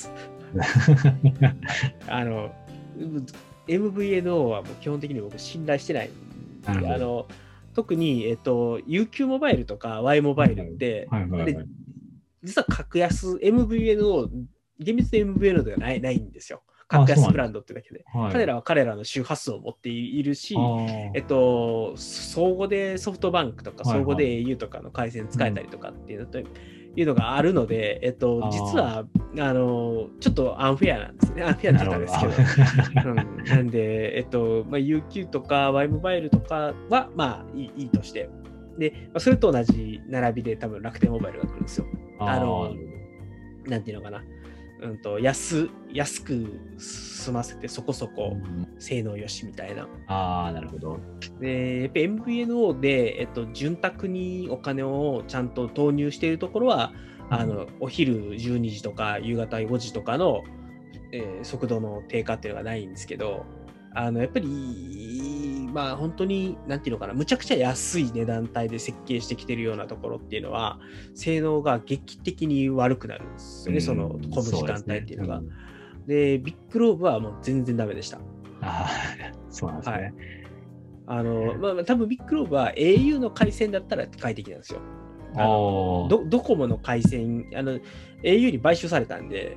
。MVNO はもう基本的に僕信頼してないんで、特に、UQ モバイルとか Y モバイルって、実は格安 MVNO、厳密に MVNO ではないんですよ。格安ブランドってだけで。彼らは彼らの周波数を持っているし、相互でソフトバンクとか、相互で au とかの回線使えたりとかっていうのがあるので、実はちょっとアンフェアなんですね。アンフェアって言ったんですけど。なんで、UQ とか Y モバイルとかは、まあいいとして。で、それと同じ並びで多分楽天モバイルが来るんですよ。なんていうのかな。安く済ませてそこそこ性能よしみたいな。 なるほど。 で、やっぱり MVNO で、潤沢にお金をちゃんと投入しているところは、お昼12時とか夕方5時とかの、速度の低下っていうのがないんですけど、やっぱり、まあ本当に、なんていうのかな、むちゃくちゃ安い値段帯で設計してきてるようなところっていうのは、性能が劇的に悪くなるんですよね、この時間帯っていうのが。で、ビッグローブはもう全然ダメでした。 そうなんですね。 多分ビッグローブは au の回線だったら快適なんですよ。ドコモの回線、au に買収されたんで、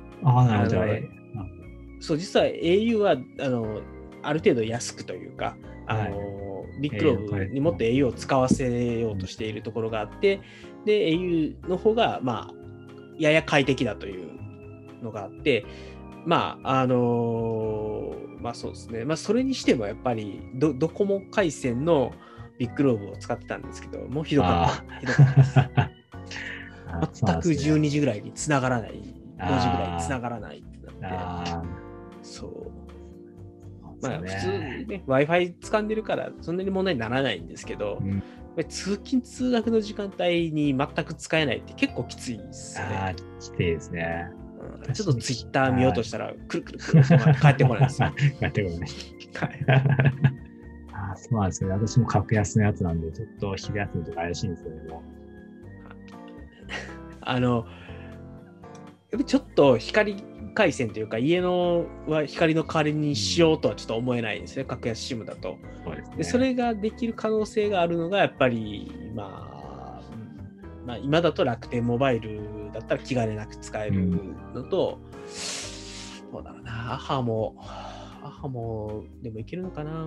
そう、実は au は、ある程度安くというか、ビッグローブにもっと au を使わせようとしているところがあって、で、au の方が、まあ、やや快適だというのがあって、まあ、そうですね。まあ、それにしてもやっぱりドコモ回線のビッグローブを使ってたんですけど、もうひどかったです。全く12時ぐらいに繋がらない、5時ぐらいに繋がらないってなって、そう。まあ、普通ね、Wi-Fi 掴んでるからそんなに問題にならないんですけど、通勤通学の時間帯に全く使えないって結構きついですよね。 きついですね。 ちょっとツイッター見ようとしたら、くるくるくるって帰ってこないですよ。 帰ってこない。そうなんですよね。私も格安のやつなんで、ちょっと昼休みとか怪しいんですよね。 やっぱちょっと光回線というか、家のは光の代わりにしようとはちょっと思えないですね、格安シムだと。それができる可能性があるのが、やっぱり、今だと楽天モバイルだったら気兼ねなく使えるのと、どうだろうな、アハモでもいけるのかな。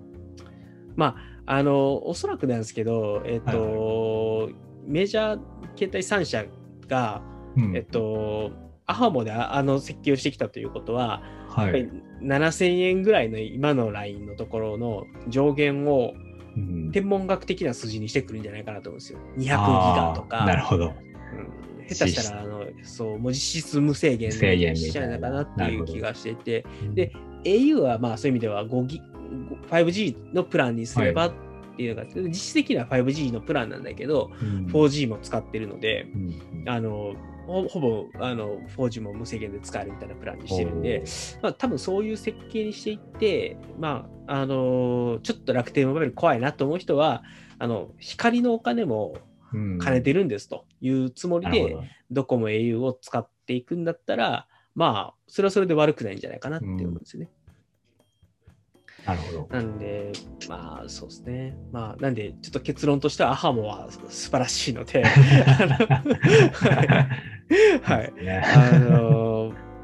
おそらくなんですけど、メジャー携帯3社が、アハモで設計をしてきたということは、やっぱり7000円ぐらいの今のラインのところの上限を天文学的な数字にしてくるんじゃないかなと思うんですよ。200ギガとか。 なるほど。 下手したらもう実質無制限にしちゃうのかなっていう気がしていて、で au はそういう意味では5G のプランにすればっていうのが、実質的には 5G のプランなんだけど、4G も使ってるので、ほぼ4G も無制限で使えるみたいなプランにしてるんで、多分そういう設計にしていって、ちょっと楽天モバイル怖いなと思う人は、光のお金も兼ねてるんですというつもりで、ドコモ au を使っていくんだったら、それはそれで悪くないんじゃないかなって思うんですよね。 なるほど。 なんで、そうですね。なんで、ちょっと結論としては、アハモは素晴らしいので、はい。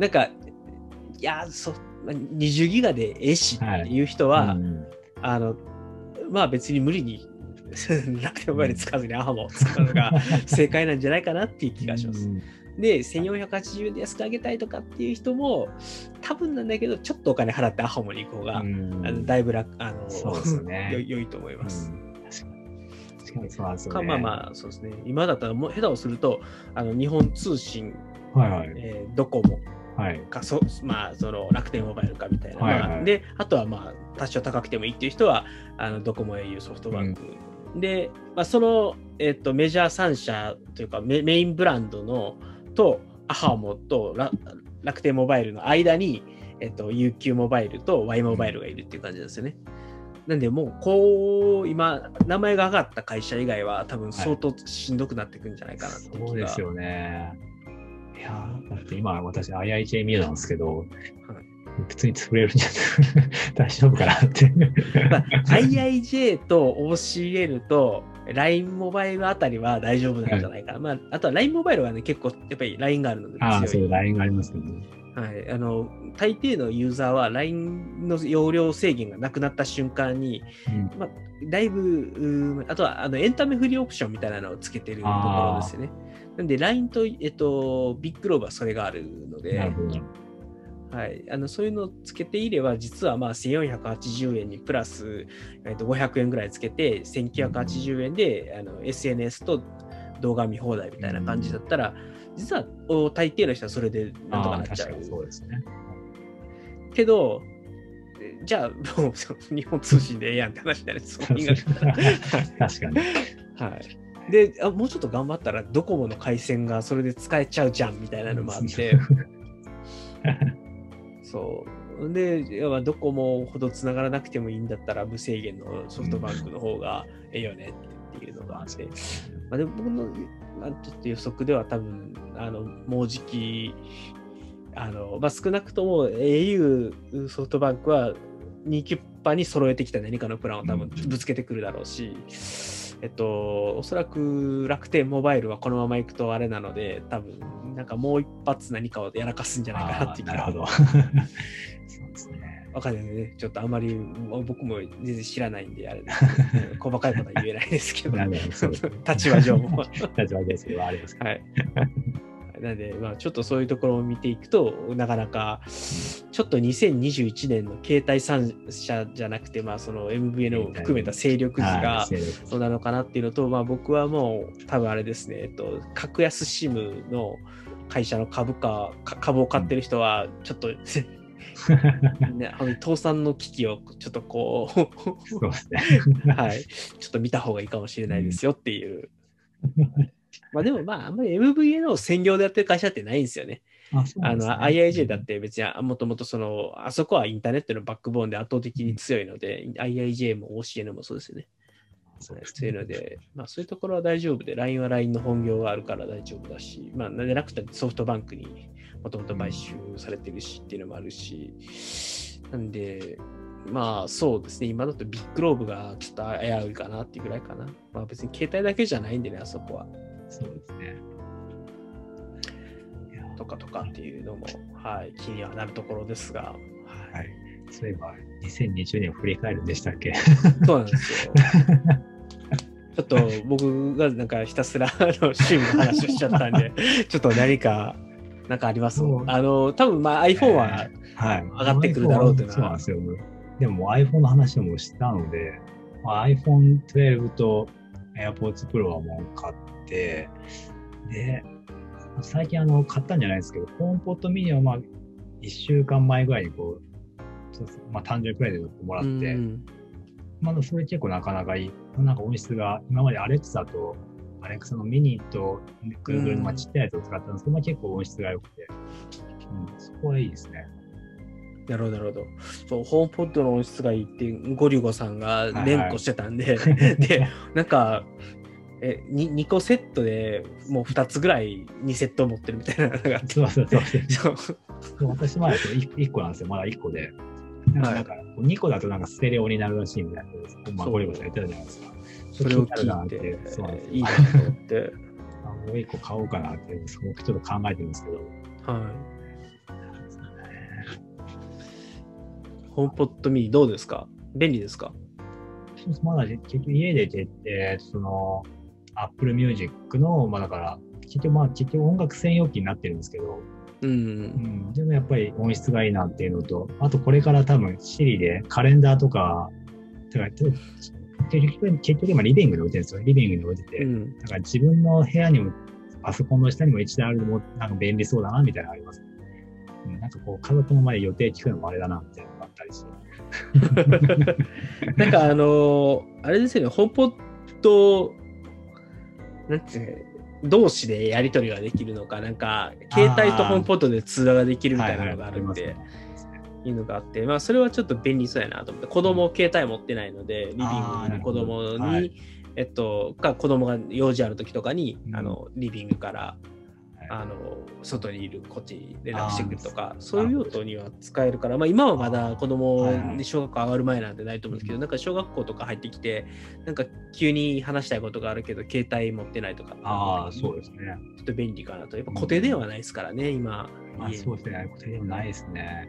なんか、いや、20ギガでええしっていう人は、別に無理に楽天モバイル使わずにアハモを使うのが正解なんじゃないかなっていう気がします。で、1480円で安くあげたいとかっていう人も、多分なんだけど、ちょっとお金払ってアハモに行く方が、だいぶそうですね、 良いと思います。 確かにそうなんですよね。 そうですね。今だったら、下手をすると、日本通信、ドコモか、その楽天モバイルかみたいな。で、あとは多少高くてもいいっていう人は、ドコモ、au、ソフトバンク。で、その、メジャー3社というかメインブランドのとアハモと楽天モバイルの間に、UQ モバイルと Y モバイルがいるっていう感じですよね。 なんでもうこう今名前が上がった会社以外は多分相当しんどくなってくんじゃないかなっていう気が、 そうですよね。いやだって今私 IIJ ミューなんですけど、普通に潰れるんじゃ大丈夫かなって。 IIJ と OCL と LINE モバイルあたりは大丈夫なんじゃないかな。あとは LINE モバイルはね、結構やっぱり LINE があるので強い。 そう、LINE がありますけどね。 はい、大抵のユーザーは LINE の容量制限がなくなった瞬間に、だいぶ、あとはエンタメフリーオプションみたいなのをつけてるところですよね。なんで LINE と、ビッグローブはそれがあるので、はい、そういうのをつけていれば、実は1480円にプラス、500円ぐらいつけて、1980円でSNS と動画見放題みたいな感じだったら、実は大抵の人はそれでなんとかなっちゃう。 そうですね。 けど、じゃあもう日本通信でええやんって話になる。そう確かに。 はい。で、もうちょっと頑張ったらドコモの回線がそれで使えちゃうじゃんみたいなのもあって。そう。で、ドコモほど繋がらなくてもいいんだったら無制限のソフトバンクの方がええよねっていうのがあって。でも僕のちょっと予測では多分、もうじき、少なくとも au ソフトバンクは2キュッパに揃えてきた何かのプランを多分ぶつけてくるだろうし、おそらく楽天モバイルはこのままいくとあれなので、多分なんかもう一発何かをやらかすんじゃないかなっていう気が。 なるほど。そうですね。 わかんないね。ちょっとあまり僕も全然知らないんで、あれですけど、細かいことは言えないですけど、立場上も。 立場ですけど、あれですか。 はい。なんで、ちょっとそういうところを見ていくと、なかなか、ちょっと2021年の携帯3社じゃなくて、その MVNO を含めた勢力図がそうなのかなっていうのと、僕はもう多分あれですね、格安 SIM の会社の株を買ってる人は、ちょっと、倒産の危機をちょっとそうですね。 はい、ちょっと見た方がいいかもしれないですよっていう。でもあんまり MVNO を専業でやってる会社ってないんですよね。IIJ だって別にもともとあそこはインターネットのバックボーンで圧倒的に強いので、IIJ も OCN もそうですよね。強いので、そういうところは大丈夫で、LINE は LINE の本業があるから大丈夫だし、でなくてソフトバンクにもともと買収されてるしっていうのもあるし、なんで、そうですね、今だとビッグローブがちょっと危ういかなっていうぐらいかな。別に携帯だけじゃないんでね、あそこは。 そうですね。 とかっていうのも、気にはなるところですが。 はい。そういえば、2020年を振り返るんでしたっけ？ そうなんですよ。ちょっと僕がなんかひたすら趣味の話をしちゃったんで、ちょっと何かあります？多分iPhone は上がってくるだろうというのは。 そうなんですよ。でも iPhone の話もしたので、iPhone 12と AirPods Pro はもう買って、で、最近買ったんじゃないですけど、HomePod mini は1週間前ぐらいに誕生日プレゼントもらって、それ結構なかなかいい。音質が、今まで Alexa と Alexa のミニと Google のちっちゃいやつを使ったんですけど、結構音質が良くて、そこはいいですね。 なるほど。そう、ホームポッドの音質がいいってゴリゴさんが連呼してたんで、で、2個セットでもう2つぐらい2セット持ってるみたいなのがあって。 そう。私まだ1個なんですよ、まだ1個で。2個だとステレオになるらしいみたいな、ゴリゴさん言ってたじゃないですか。 それを聞いて、いいなと思って。 もう1個買おうかなって、すごくちょっと考えてるんですけど。 ホームポッドミニどうですか？便利ですか？ まだ結局家でApple Music の、だから結局音楽専用機になってるんですけど、でもやっぱり音質がいいなっていうのと、あとこれから多分 Siri でカレンダーとか、結局今リビングに置いてるんですよ。リビングに置いてて、だから自分の部屋にもパソコンの下にも一台あるのも便利そうだなみたいなのがありますね。家族の前で予定聞くのもあれだなみたいなのがあったりして。 あれですよね、ホームポッド同士でやり取りができるのか、携帯とホームポッドで通話ができるみたいなのがあるんで、 いうのがあって、まあそれはちょっと便利そうやなと思って、子供携帯持ってないので、リビングにいる子供に、 はい、 子供が用事ある時とかに、リビングからはい、 外にいるこっちに連絡してくるとか、そういう用途には使えるから、まあ今はまだ子供に小学校上がる前なんてないと思うんですけど、なんか小学校とか入ってきて、なんか急に話したいことがあるけど、携帯持ってないとか、 そうですね。 ちょっと便利かなと。やっぱ固定電話ないですからね、今。 そうですね。固定電話ないですね。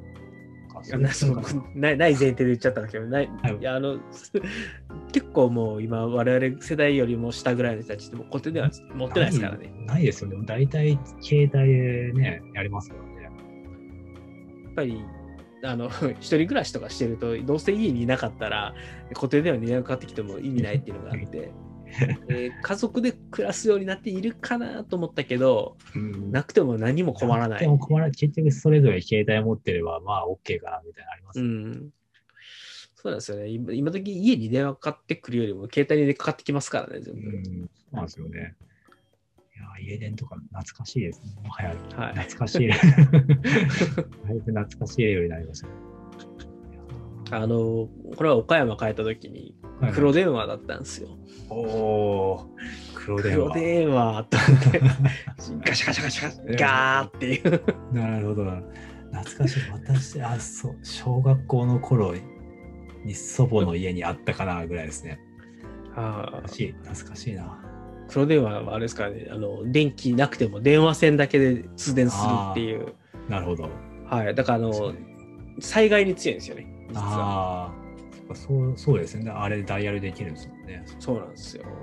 ない前提で言っちゃったんだけど、ない、 はい、 いや結構もう今我々世代よりも下ぐらいの人たちっても固定電話持ってないですからね。 ないですよね。大体携帯でね、やりますからね。 やっぱり一人暮らしとかしてると、どうせ家にいなかったら固定電話に電話かかってきても意味ないっていうのがあって。家族で暮らすようになっているかなと思ったけど、なくても何も困らない。 結局それぞれ携帯持ってればまあ OK かなみたいなのあります、 ね。そうなんですよね。今時家に電話かかってくるよりも携帯にかかってきますからね、全部。 そうなんですよね。いや、家電とか懐かしいですね。もはや、 はい、 懐かしい。だいぶ懐かしいようになりました。 これは岡山帰った時に黒電話だったんですよ。 黒電話。 黒電話と思ってガシャガシャガシャガーっていう。 なるほど。懐かしい。私、小学校の頃に祖母の家にあったかなぐらいですね。懐かしいな。 黒電話はあれですからね、電気なくても電話線だけで通電するっていう。 なるほど。 はい。だから災害に強いんですよね。実は。 そうですね。あれダイヤルできるんですもんね。 そうなんですよ。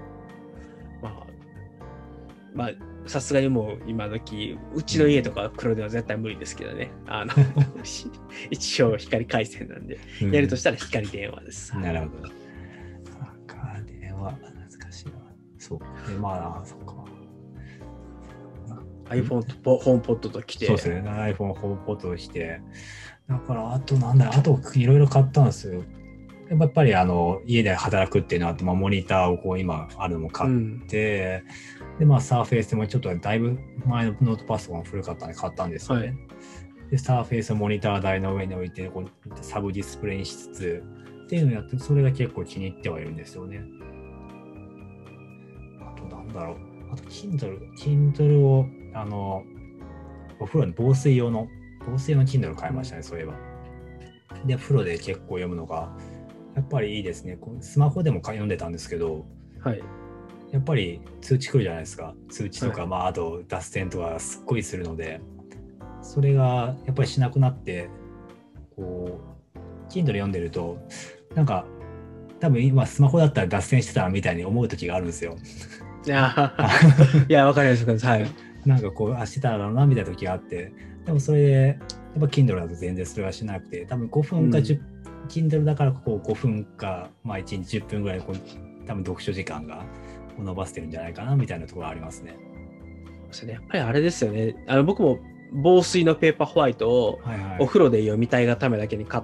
まあさすがにもう今時うちの家とか黒電話絶対無理ですけどね。一応光回線なんで、やるとしたら光電話です。 なるほど。電話懐かしいな。そうでまあそっか。 iPhone とホームポットと来て。 そうですね。iPhone ホームポットと来て。だからあといろいろ買ったんですよ。やっぱり家で働くっていうのはモニターを今あるのも買って、でサーフェイスもちょっとだいぶ前のノートパソコン古かったんで買ったんですよね。はい、でサーフェイスをモニター台の上に置いてサブディスプレイにしつつっていうのをやって、それが結構気に入ってはいるんですよね。あとKindle をお風呂に防水用の Kindle 買いましたね、そういえば。で風呂で結構読むのがやっぱりいいですね。スマホでも読んでたんですけど、 はい、 やっぱり通知来るじゃないですか。通知とか、あと脱線とかすっごいするので、それがやっぱりしなくなって、Kindle 読んでると、なんか多分今スマホだったら脱線してたみたいに思う時があるんですよ。 いや、わかります。はい。 なんかしてたらなみたいな時があって、でもそれでやっぱ Kindle だと全然それはしなくて、多分5分か10分、Kindle だから5分か、1日10分ぐらい多分読書時間が伸ばしてるんじゃないかなみたいなところありますね。 やっぱりあれですよね。僕も防水のペーパーホワイトをお風呂で読みたいがためだけに買って、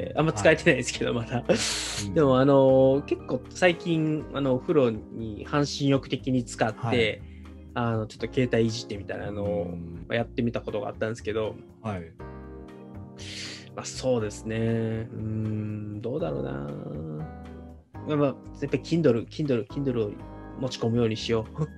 あんま使えてないですけど、まだ。でも結構最近お風呂に半身浴的に使って、ちょっと携帯いじってみたいなのをやってみたことがあったんですけど、そうですね。どうだろうな。やっぱり Kindle を持ち込むようにしよう。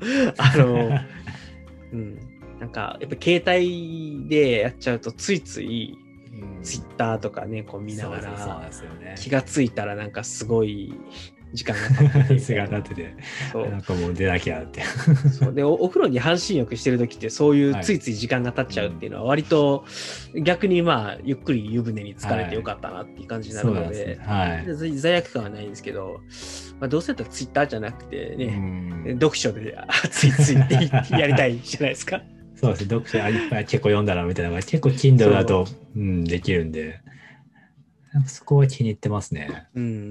なんかやっぱ携帯でやっちゃうとついついTwitter とかね見ながら気がついたらなんかすごい時間が経っててなんかもう出なきゃってそうで お風呂に半身浴してる時ってそういうついつい時間が経っちゃうっていうのは割と逆にゆっくり湯船に浸かれてよかったなっていう感じになるので、罪悪感はないんですけど、どうせだったらツイッターじゃなくてね、読書でついついやりたいじゃないですか。 そうですね、読書いっぱい結構読んだらみたいなのが結構 Kindle だとできるんで、そこは気に入ってますね。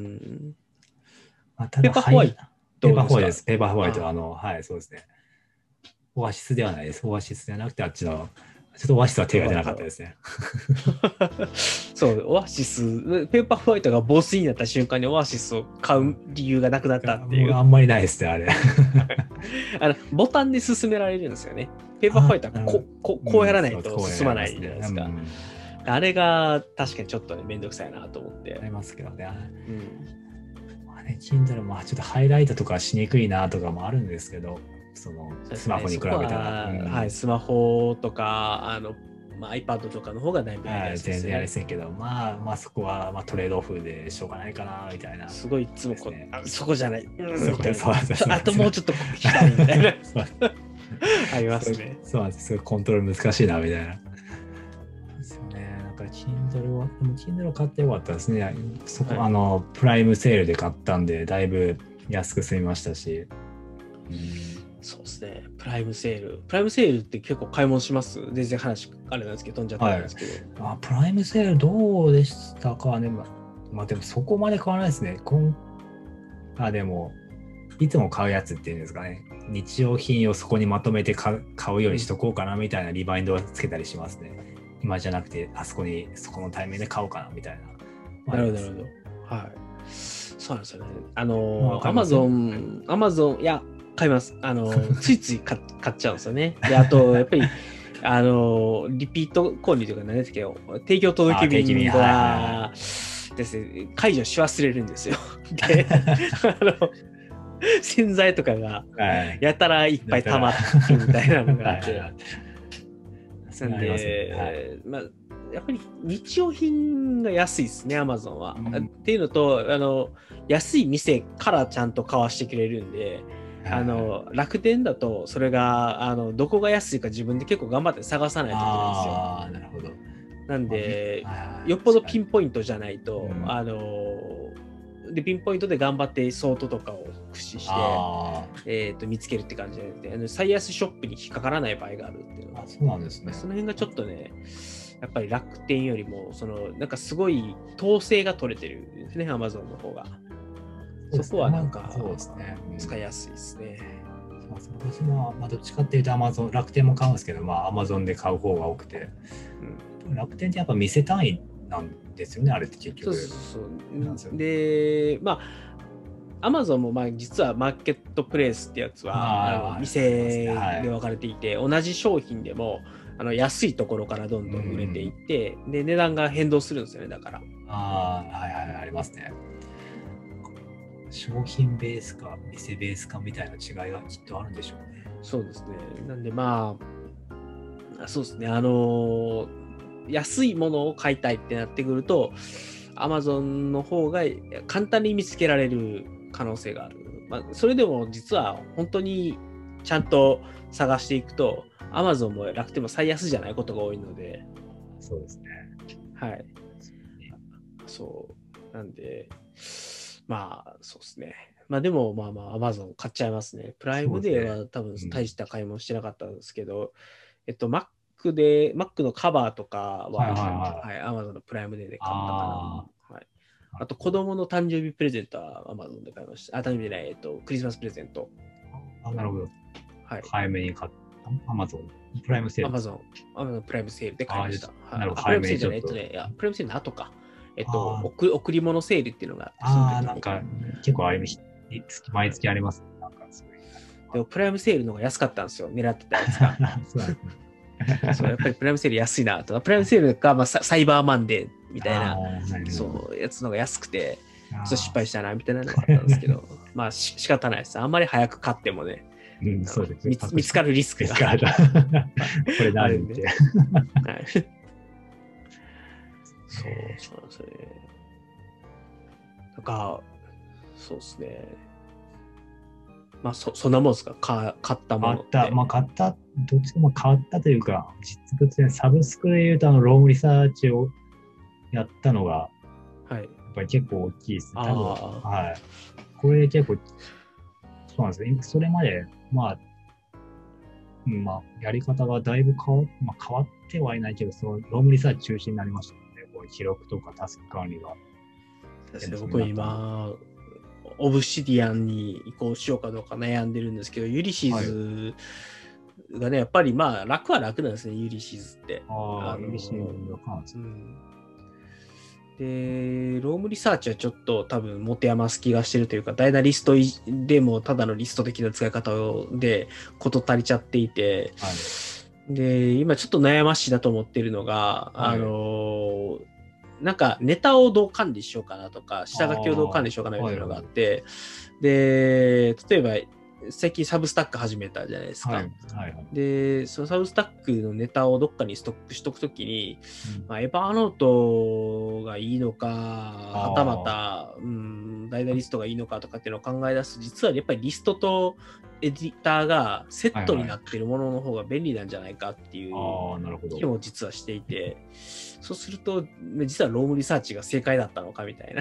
ペーパーホワイトペーパーホワイトです。ペーパーホワイトはい、そうですね。オアシスではないです。オアシスではなくて、ちょっとオアシスは手が出なかったですね。 そう、オアシス、ペーパーホワイトが防水になった瞬間にオアシスを買う理由がなくなったっていう。 あんまりないですね、あれ。 ボタンで進められるんですよね。ペーパーホワイトはこうやらないと進まないじゃないですか。 あれが確かにちょっとね、めんどくさいなと思って。 ありますけどね。 うん。 まあね、Kindle、まあちょっとハイライトとかしにくいなとかもあるんですけど、そのスマホに比べたら。 はい、スマホとか、まあ、iPad とかの方がだいぶやりやすいですね。 全然やりやすいけど、まあそこはまあトレードオフでしょうがないかなみたいな。 すごいいつもそこじゃない。 あともうちょっと左みたいな。ありますね。 そうなんです。すごいコントロール難しいなみたいな。ですよね。なんか Kindle 買ってよかったですね。そこ、はい、プライムセールで買ったんで、だいぶ安く済みましたし。 そうですね。プライムセールって結構買い物します？全然話あれなんですけど、飛んじゃったんですけど。 はい、プライムセールどうでしたかね。まあでもそこまで買わないですね。でも、いつも買うやつっていうんですかね。日用品をそこにまとめて買うようにしとこうかなみたいなリマインドをつけたりしますね。今じゃなくて、そこのタイミングで買おうかなみたいな。 なるほど、なるほど。はい。そうなんですよね。アマゾン、いや、買います。ついつい買っちゃうんですよね。で、あと、やっぱり、リピート購入というか何ですけど、提供届便はですね、解除し忘れるんですよ。で、洗剤とかがやたらいっぱい溜まってるみたいなのがあって。なんで、まあ、やっぱり日用品が安いですね、アマゾンは。っていうのと、安い店からちゃんと買わしてくれるんで、楽天だとそれがどこが安いか自分で結構頑張って探さないといけないんですよ。 なるほど。 なんで、よっぽどピンポイントじゃないと、でピンポイントで頑張ってソートとかを駆使して、見つけるって感じで、最安ショップに引っかからない場合があるっていうのは。 そうなんですね。 その辺がちょっとね、やっぱり楽天よりもなんかすごい統制が取れてるんですね、アマゾンの方が。そこはなんか使いやすいですね。 私もどっちかっていうと楽天も買うんですけど、アマゾンで買う方が多くて、楽天ってやっぱ店単位なんですよね、あれって結局。 そうで、アマゾンも実はマーケットプレイスってやつは店で分かれていて、同じ商品でも安いところからどんどん売れていって、で値段が変動するんですよね、だから。 ありますね。商品ベースか店ベースかみたいな違いがきっとあるんでしょうね。 そうですね。なんでそうですね。安いものを買いたいってなってくると、Amazon の方が簡単に見つけられる可能性がある。それでも実は本当にちゃんと探していくと、Amazon も楽天も最安じゃないことが多いので。 そうですね。 はい。そう。なんで、そうですね。でも、Amazon 買っちゃいますね。プライムデーは多分大した買い物してなかったんですけど、Mac のカバーとかは、Amazon のプライムデーで買ったかな。はい。あと、子供の誕生日プレゼントは Amazon で買いました。誕生日じゃない、クリスマスプレゼント。 なるほど。 はい。 早めに買った。Amazon プライムセール。 Amazon プライムセールで買いました。 なるほど。 プライムセールじゃない、プライムセールの後か。贈り物セールっていうのがあって。なんか結構毎月あります。なんかでもプライムセールの方が安かったんですよ。狙ってたやつが。そうやっぱりプライムセール安いなと。プライムセールか、サイバーマンデーみたいな、そうやつの方が安くて、失敗したなみたいなのがあったんですけど、仕方ないです。あんまり早く買ってもね、見つかるリスクがこれなるんで。 そうなんですね。そうですね。そんなもんですか、買ったものって。 どっちも買ったというか、実物でサブスクでいうとロームリサーチをやったのが、やっぱり結構大きいですね。これ結構、そうなんですね。それまで、やり方がだいぶ変わってはいないけど、そのロームリサーチ中心になりましたので、記録とかタスク管理が。 僕今、オブシディアンに移行しようかどうか悩んでるんですけど、ユリシーズがね、やっぱり楽は楽なんですね、ユリシーズって。 ユリシーズがで、ロームリサーチはちょっと多分持て余す気がしてるというか、ダイナリストでもただのリスト的な使い方で事足りちゃっていて、 で、今ちょっと悩ましいなと思ってるのが、 はいなんかネタをどう管理しようかなとか、下書きをどう管理しようかなみたいなのがあって、で、例えば、最近サブスタック始めたじゃないですか。 はいはいはい。 で、そのサブスタックのネタをどっかにストックしとくときに、 うんエヴァーノートがいいのか、はたまた、ダイナリストがいいのかとかっていうのを考え出す、実はやっぱりリストとエディターがセットになっているものの方が便利なんじゃないかっていうなるほど。 気も実はしていて、そうすると、実はロームリサーチが正解だったのかみたいな。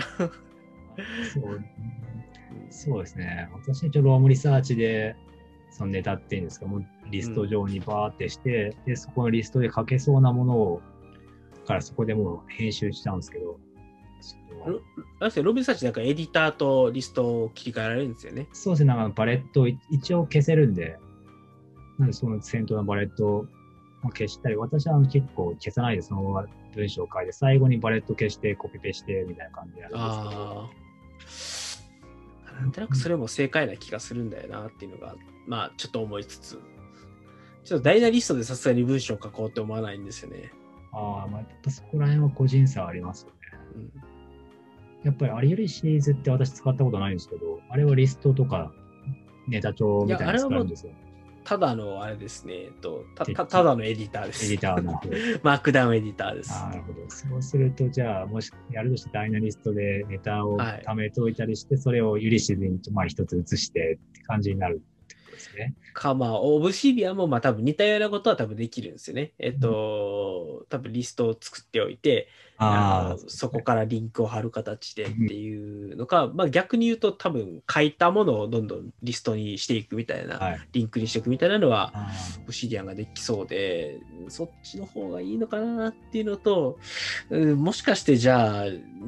そうですね。私一応ロームリサーチで、そのネタっていうんですか、もうリスト上にバーってして、で、そこのリストで書けそうなものを、からそこでもう編集しちゃうんですけど、 あれですね、ロームリサーチなんかエディターとリストを切り替えられるんですよね。 そうですね、なんかバレット一応消せるんで、なんでその先頭のバレットを消したり、私は結構消さないでそのまま文章を書いて、最後にバレット消してコピペしてみたいな感じでやるんですけど。 なんとなくそれも正解な気がするんだよなっていうのが、まあちょっと思いつつ、ちょっとダイナリストでさすがに文章を書こうって思わないんですよね。 まあやっぱそこら辺は個人差ありますよね。やっぱりアリエルシリーズって私使ったことないんですけど、あれはリストとかネタ帳みたいなの使うんですよ。 ただのあれですね、ただのエディターです。 エディターのマークダウンエディターです。 なるほど。そうすると、じゃあ、もしやるとしてダイナリストでネタを貯めておいたりして、それをユリシズに一つ移してって感じになるってことですね。 オブシディアも多分似たようなことは多分できるんですよね。多分リストを作っておいて、そこからリンクを貼る形でっていうのか、逆に言うと多分書いたものをどんどんリストにしていくみたいな、リンクにしていくみたいなのは、オブシディアンができそうで、そっちの方がいいのかなっていうのと、もしかしてじゃあ、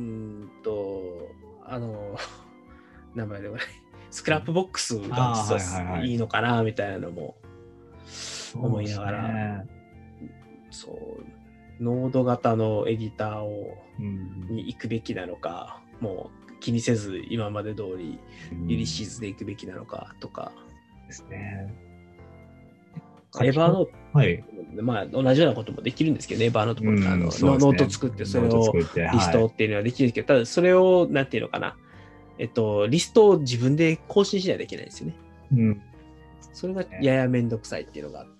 名前でもない、スクラップボックスが実はいいのかなみたいなのも思いながら、ノード型のエディターに行くべきなのか、もう気にせず今まで通りユリシーズで行くべきなのかとかですね。 エヴァーノート、同じようなこともできるんですけどね、エヴァーノートもノート作ってそれをリストっていうのはできるんですけど、ただそれをなんていうのかな、リストを自分で更新しないといけないんですよね。それがややめんどくさいっていうのがあって。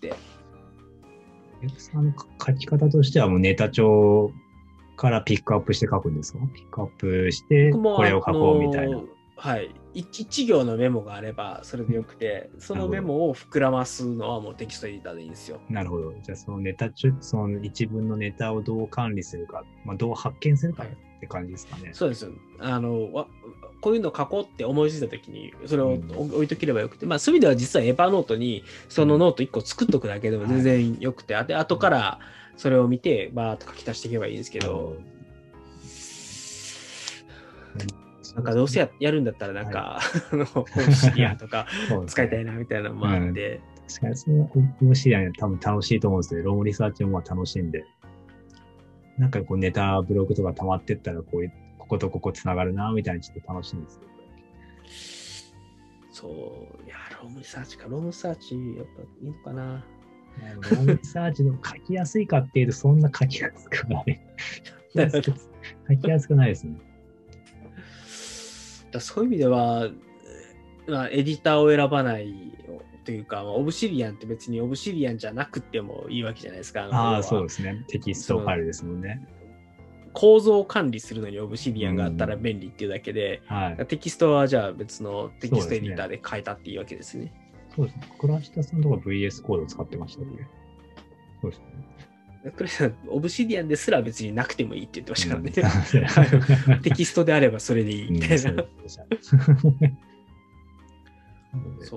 書き方としてはもうネタ帳からピックアップして書くんですか？ピックアップしてこれを書こうみたいな。 はい。1行のメモがあればそれでよくて、そのメモを膨らますのはもうテキストエディターでいいんですよ。 なるほど。じゃあそのネタ中、その一文のネタをどう管理するか、どう発見するかって感じですかね。 そうですよ。こういうの書こうって思いついたときに、それを置いとければよくて、そういう意味では実はエヴァノートにそのノート1個作っとくだけでも全然よくて、後からそれを見てバーっと書き足していけばいいんですけど、なんかどうせやるんだったらなんか、オブシディアとか使いたいなみたいなのもあって。 確かにそのオブシディア多分楽しいと思うんですけど、ロームリサーチも楽しいんで、なんかこうネタブログとか溜まってったらこことここつながるなみたいにちょっと楽しいんですよ。 そう、いや、ロームリサーチか、ロームリサーチやっぱいいのかな。 ロームリサーチの書きやすいかっていうとそんな書きやすくない。書きやすくないですね。 そういう意味では、エディターを選ばないというか、オブシディアンって別にオブシディアンじゃなくてもいいわけじゃないですか。 そうですね。テキストファイルですもんね。 構造を管理するのにオブシディアンがあったら便利っていうだけで、テキストはじゃあ別のテキストエディターで変えたっていうわけですね。 そうですね。倉下さんとか VS コードを使ってましたね。そうですね。 クレさん、オブシディアンですら別になくてもいいって言ってましたからね。テキストであればそれでいいみたいな。そう。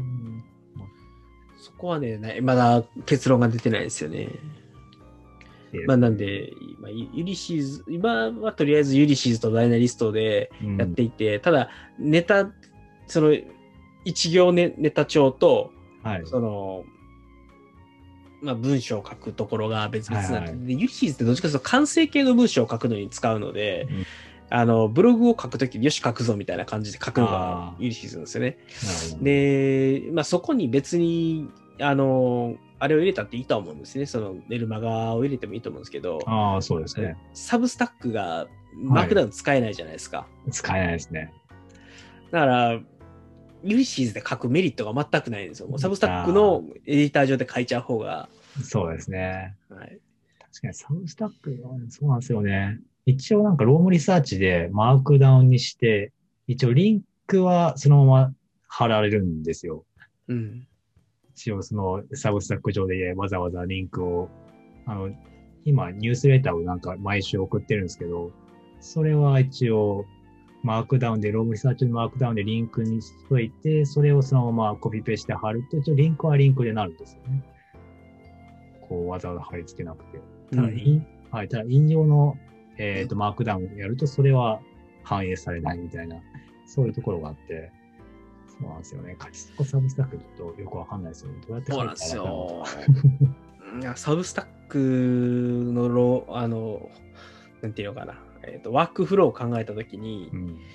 そこはね、まだ結論が出てないですよね。なんで、ユリシーズ、今はとりあえずユリシーズとダイナリストでやっていて、ただ、その一行ネタ帳と、その、文章を書くところが別々なんで、ユリシーズってどっちかというと完成形の文章を書くのに使うので、ブログを書くときによし書くぞみたいな感じで書くのがユリシーズなんですよね。で、そこに別にあれを入れたっていいと思うんですね。そのメルマガを入れてもいいと思うんですけど、 ああ、そうですね。 サブスタックがマークダウン使えないじゃないですか。 使えないですね。 だから、ユリシーズで書くメリットが全くないんですよ。もうサブスタックのエディター上で書いちゃう方が。 そうですね。 はい、 確かにサブスタックは、そうなんですよね。一応なんかロームリサーチでマークダウンにして、一応リンクはそのまま貼られるんですよ。 うん。 一応そのサブスタック上でわざわざリンクを、今ニュースレターをなんか毎週送ってるんですけど、それは一応マークダウンで、ロームリサーチのマークダウンでリンクにしといて、それをそのままコピペして貼ると、一応リンクはリンクでなるんですよね。こうわざわざ貼り付けなくて。ただ、はい、ただ引用の、マークダウンをやると、それは反映されないみたいな、そういうところがあって、そうなんですよね。書きサブスタックちょっとよくわかんないですよね。どうやって書いてたらいいのかいやサブスタックのなんていうのかな、ワークフローを考えたときに、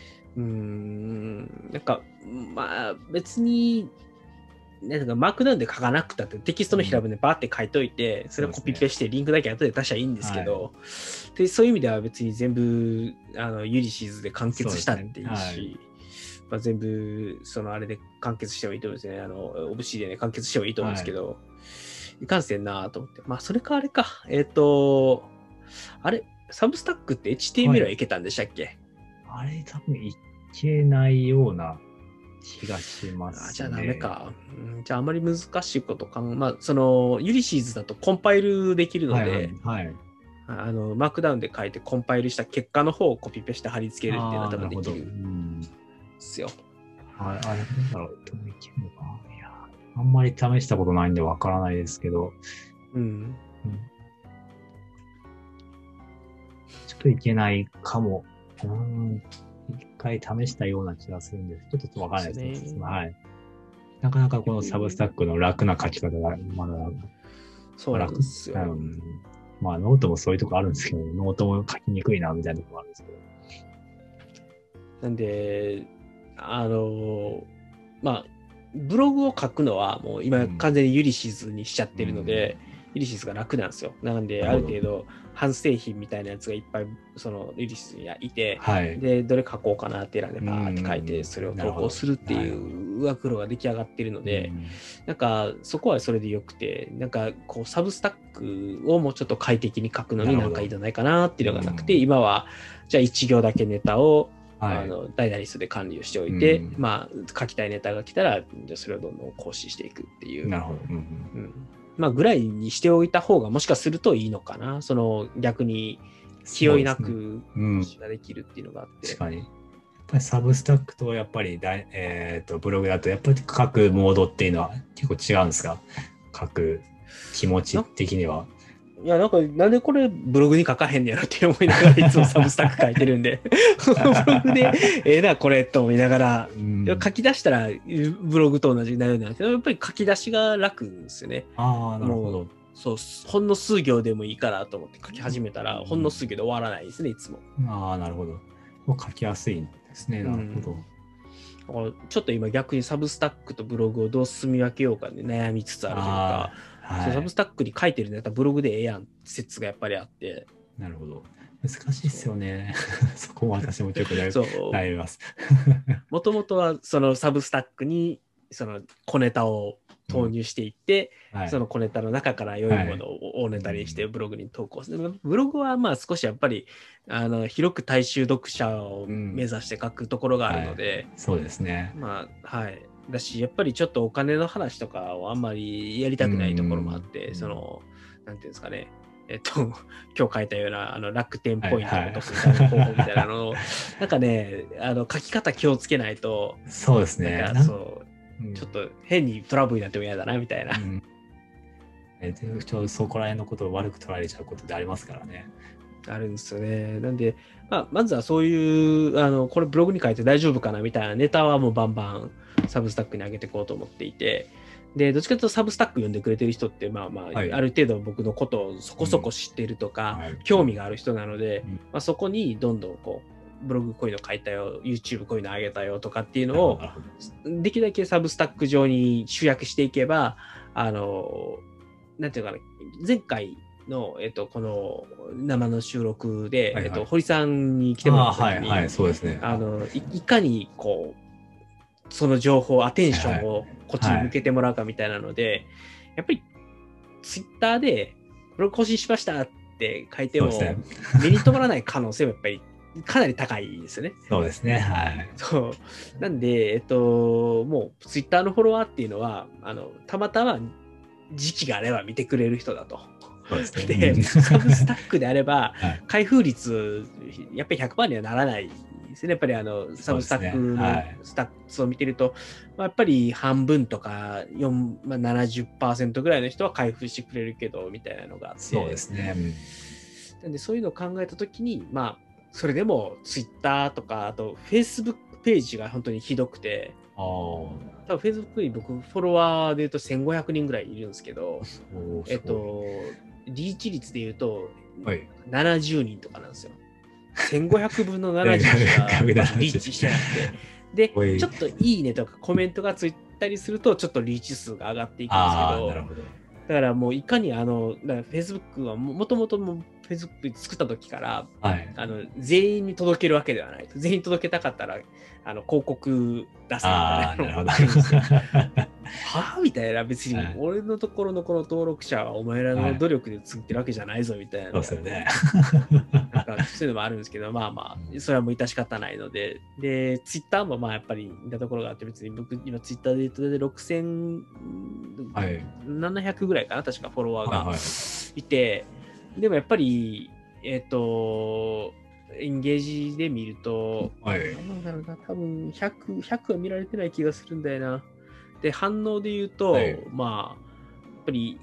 なんか、まあ、別に、なんかマークダウンで書かなくたってテキストの平文でバーって書いといて、それをコピペしてリンクだけ後で出したらいいんですけど、でそういう意味では別に全部ユリシーズで完結したっていいし、まあ、全部そのあれで完結してもいいと思うんですね。オブシディで完結してもいいと思うんですけど、いかんせんなと思って。まあそれかあれか。あれ、サブスタックって HTML はいけたんでしたっけ？ あれ多分いけないような気がしますね。 じゃあダメか。じゃああまり難しいことまあそのユリシーズだとコンパイルできるので、マークダウンで書いてコンパイルした結果の方をコピペして貼り付けるっていうのは多分できるんですよ。 あれなんだろう、どういけるのかな。いや、あんまり試したことないんでわからないですけど、ちょっといけないかも。一回試したような気がするんです。ちょっとわからないですね。はい。なかなかこのサブスタックの楽な書き方がまだそうなんですよ。 まあノートもそういうとこあるんですけど、ノートも書きにくいなみたいなとこあるんですけど。 なんで、まあ、ブログを書くのはもう今完全にユリシーズにしちゃってるので、ユリシーズが楽なんですよ。なので、ある程度、半製品みたいなやつがいっぱい、そのユリシーズにいて、で、どれ書こうかなって選んで、バーって書いて、それを投稿するっていうワークフローが出来上がってるので、なんか、そこはそれでよくて、なんか、こう、サブスタックをもうちょっと快適に書くのになんかいいんじゃないかなっていうのがなくて、今は、じゃあ1行だけネタを、ダイナリストで管理をしておいて、まあ、書きたいネタが来たら、じゃそれをどんどん更新していくっていう。 なるほど。 まあ、ぐらいにしておいた方がもしかするといいのかな。その逆に気負いなくができるっていうのがあって。 確かに。やっぱりサブスタックとやっぱりブログだとやっぱり書くモードっていうのは結構違うんですか？書く気持ち的には。 いや、なんでこれブログに書かへんねやろって思いながらいつもサブスタック書いてるんで、ブログで、な、これと思いながら、書き出したらブログと同じになるんだけど、やっぱり書き出しが楽ですよね。 なるほど。 そう、ほんの数行でもいいからと思って書き始めたら、ほんの数行で終わらないですね、いつも。 なるほど。書きやすいんですね。なるほど。ちょっと今逆にサブスタックとブログをどう住み分けようかで悩みつつあるというか、サブスタックに書いてるネタブログでええやん説がやっぱりあって。 なるほど。難しいっすよね。そこは私もちょっと悩みます。 もともとはそのサブスタックにその小ネタを投入していって、その小ネタの中から良いものを大ネタにしてブログに投稿する。ブログはまあ少しやっぱり広く大衆読者を目指して書くところがあるので、 そうですね。 まあはい。だし、やっぱりちょっとお金の話とかをあんまりやりたくないところもあって、その、なんていうんですかね、今日書いたような楽天ポイントの得みたいな方法みたいなのを、なんかね、書き方気をつけないと、 そうですね。 ちょっと変にトラブルになっても嫌だなみたいな。 ちょうどそこら辺のことを悪く取られちゃうことってありますからね。 あるんですよね。なんで、まずはそういう、これブログに書いて大丈夫かなみたいなネタはもうバンバンサブスタックに上げていこうと思っていて、で、どっちかというとサブスタック読んでくれてる人って、ある程度僕のことをそこそこ知ってるとか、興味がある人なので、そこにどんどんこう、ブログこういうの書いたよ、YouTube こういうの上げたよとかっていうのを、できるだけサブスタック上に集約していけば、 なんていうかな、前回の、この生の収録で、 はいはい、 堀さんに来てもらった時に、 はいはい、そうですね。 いかにこう、その情報、アテンションをこっちにはい向けてもらうかみたいなので、やっぱりツイッターで、これ更新しましたって書いても、 そうですね、 目に留まらない可能性もやっぱりかなり高いですよね。 そうですね。はい。 そう。なんで、もうツイッターのフォロワーっていうのは、たまたま時期があれば見てくれる人だと。 そうですね。 で、サブスタックであれば、 はい、 開封率、やっぱり100%にはならないですね。やっぱりサブスタックのスタッツを見てると、やっぱり半分とか70% ぐらいの人は開封してくれるけど、みたいなのがあって。 そうですね。 なんで、そういうのを考えたときに、それでもツイッターとか、あとフェイスブックページが本当にひどくて、多分フェイスブックに僕フォロワーで言うと1500人ぐらいいるんですけど、リーチ率で言うと70人とかなんですよ。1500分の70しかリーチしてなくて。で、ちょっといいねとかコメントがついたりすると、ちょっとリーチ数が上がっていくんですけど、 なるほど。 だからもういかにFacebook はもともとFacebook 作った時から、 はい、 全員に届けるわけではない。全員に届けたかったら広告出すみたいなのがあるんですよ。はぁみたいな、別に俺のところのこの登録者はお前らの努力で作ってるわけじゃないぞみたいな。 そうですよね。 なんかそういうのもあるんですけど、それはもう致し方ないので、で、ツイッターもやっぱり似たところがあって、別に僕今ツイッターで言うと6700ぐらいかな、確かフォロワーがいて、でもやっぱり、エンゲージで見ると、多分100は見られてない気がするんだよな。で、反応で言うと、やっぱり、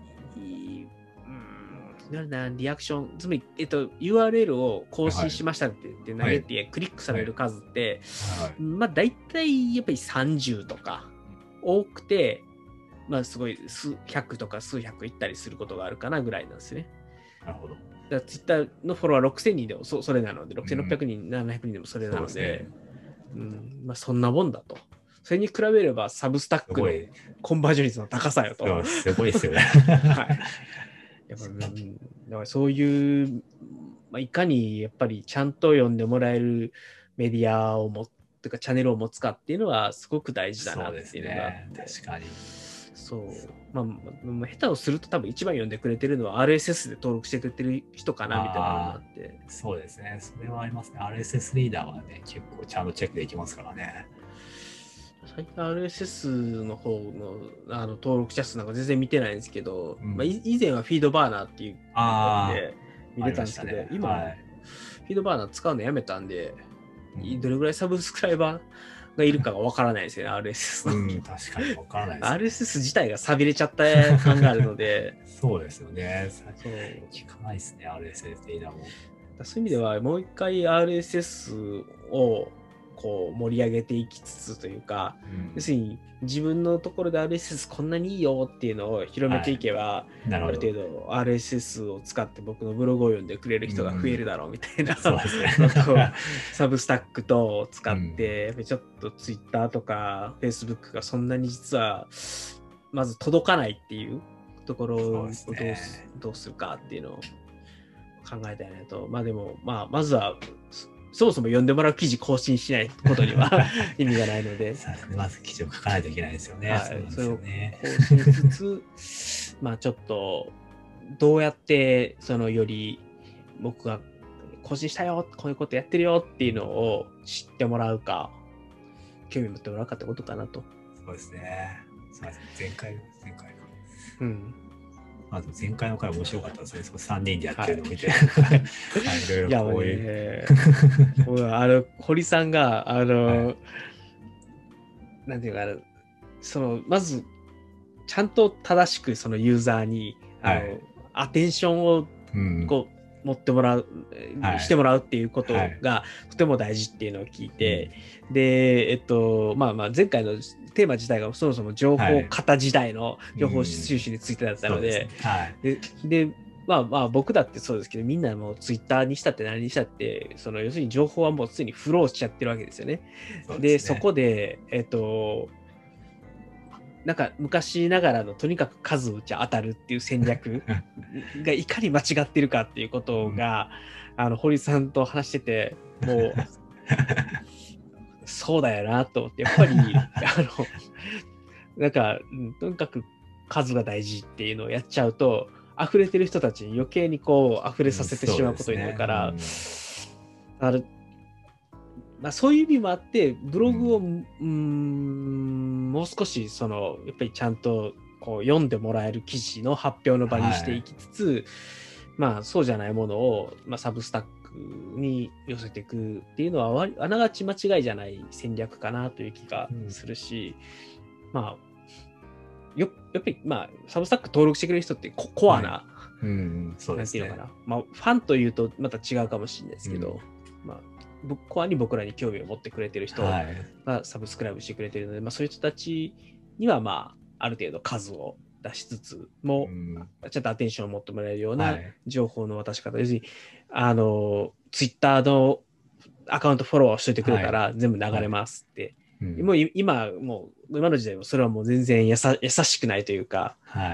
リアクション、つまり、URL を更新しましたって言って投げて、クリックされる数って、大体やっぱり30とか、多くて、すごい100とか数百いったりすることがあるかなぐらいなんですね。 なるほど。 ツイッターのフォロワー6000人でもそれなので、6600人、700人でもそれなので、そんなもんだと。それに比べればサブスタックのコンバージョン率の高さよと。 すごいですよね。 はい。やっぱだからそういう、いかにやっぱりちゃんと読んでもらえるメディアをとかチャンネルを持つかっていうのはすごく大事だなっていうのがあって。 確かに。 そう。下手をすると多分一番読んでくれてるのは RSS で登録してくれてる人かなみたいなのがあって。 そうですね。それはありますね。RSS リーダーはね、結構ちゃんとチェックできますからね。 最近 RSS の方の登録者数なんか全然見てないんですけど、以前はフィードバーナーっていうので見れたんですけど、今、フィードバーナー使うのやめたんで、どれぐらいサブスクライバーがいるかがわからないですよね、RSS の。 確かにわからないです、 ね。RSS 自体が寂れちゃった感があるので。 そうですよね。聞かないですね、RSS リーダーも。 そういう意味では、もう一回 RSS をこう盛り上げていきつつというか、要するに自分のところで RSS こんなにいいよっていうのを広めていけば、ある程度 RSS を使って僕のブログを読んでくれる人が増えるだろうみたいな、サブスタックと使って、ちょっと Twitter とか Facebook がそんなに実はまず届かないっていうところをどうするかっていうのを考えたいなと。でもまずはそもそも読んでもらう記事更新しないことには意味がないので。 まず記事を書かないといけないですよね。 はい、それを更新しつつ、ちょっと、どうやって、より僕が更新したよ、こういうことやってるよっていうのを知ってもらうか、興味持ってもらうかってことかなと。 そうですね。前回か。前回の回面白かったですね。3人でやってるのを見て。いろいろこういう。堀さんが、なんていうかまず、ちゃんと正しくそのユーザーに、アテンションを持ってもらう、してもらうっていうことがとても大事っていうのを聞いて、で、前回のテーマ自体がそもそも情報型時代の情報収集についてだったので、僕だってそうですけど、みんなもうツイッターにしたって何にしたって、要するに情報はもう常にフローしちゃってるわけですよね。で、そこで、 なんか昔ながらのとにかく数打ち当たるっていう戦略がいかに間違ってるかっていうことが、堀さんと話してて、もう、そうだよなと思って、やっぱり、なんか、とにかく数が大事っていうのをやっちゃうと、溢れてる人たちに余計にこう、溢れさせてしまうことになるから、そういう意味もあって、ブログを、もう少し、やっぱりちゃんとこう読んでもらえる記事の発表の場にしていきつつ、そうじゃないものを、サブスタックに寄せていくっていうのは、あながち間違いじゃない戦略かなという気がするし、やっぱり、サブスタック登録してくれる人ってコアな、 そうですね。 なんていうのかな。ファンというとまた違うかもしれないですけど、コアに僕らに興味を持ってくれてる人がサブスクライブしてくれてるので、そういう人たちには、ある程度数を出しつつも、ちゃんとアテンションを持ってもらえるような情報の渡し方。要するに、ツイッターのアカウントフォローしておいてくれたら全部流れますって。もう今の時代はそれはもう全然優しくないというか、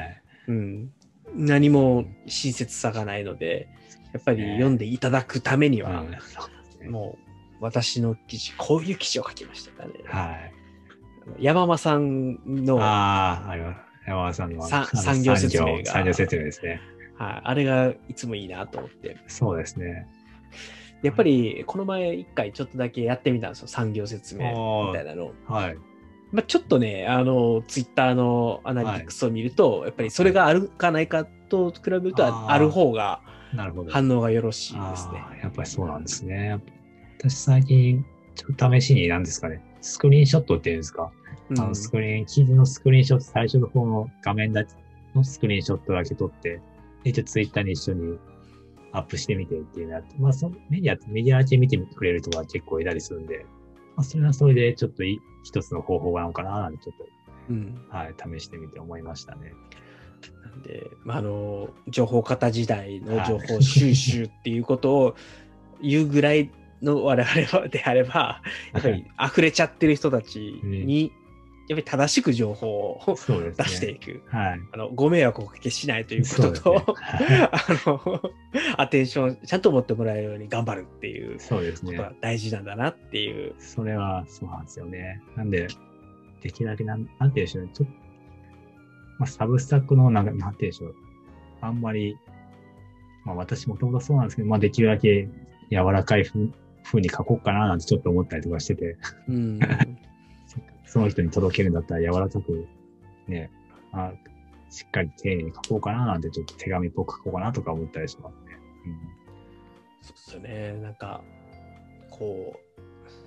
何も親切さがないので、やっぱり読んでいただくためには、もう私の記事、こういう記事を書きましたね。山間さんの山間さんの産業説明が。 産業説明ですね。 あれがいつもいいなと思って。 そうですね。 やっぱりこの前一回ちょっとだけやってみたんですよ。産業説明みたいなの。ちょっとね、ツイッターのアナリティクスを見ると、やっぱりそれがあるかないかと比べると、ある方が反応がよろしいですね。 やっぱりそうなんですね。私最近、ちょっと試しに何ですかね、スクリーンショットっていうんですか、記事のスクリーンショット、最初の方の画面のスクリーンショットだけ撮って、一応ツイッターに一緒にアップしてみてっていうのやって、メディアだけ見てくれる人が結構いたりするんで、それはそれでちょっと一つの方法なのかななんてちょっと、試してみて思いましたね。 なんで、情報型時代の情報収集っていうことを言うぐらいの我々であれば、やっぱり溢れちゃってる人たちに、やっぱり正しく情報を出していく。ご迷惑をおかけしないということと、アテンションちゃんと持ってもらえるように頑張るっていうことが大事なんだなっていう。 それはそうなんですよね。なんで、できるだけなんて言うんでしょうね。ちょっと、サブスタックのなんて言うんでしょう。あんまり、私もともとそうなんですけど、できるだけ柔らかい風に書こうかななんてちょっと思ったりとかしてて。その人に届けるんだったら柔らかくね、しっかり丁寧に書こうかななんてちょっと手紙っぽく書こうかなとか思ったりしますね。 そうですよね。なんか、こう、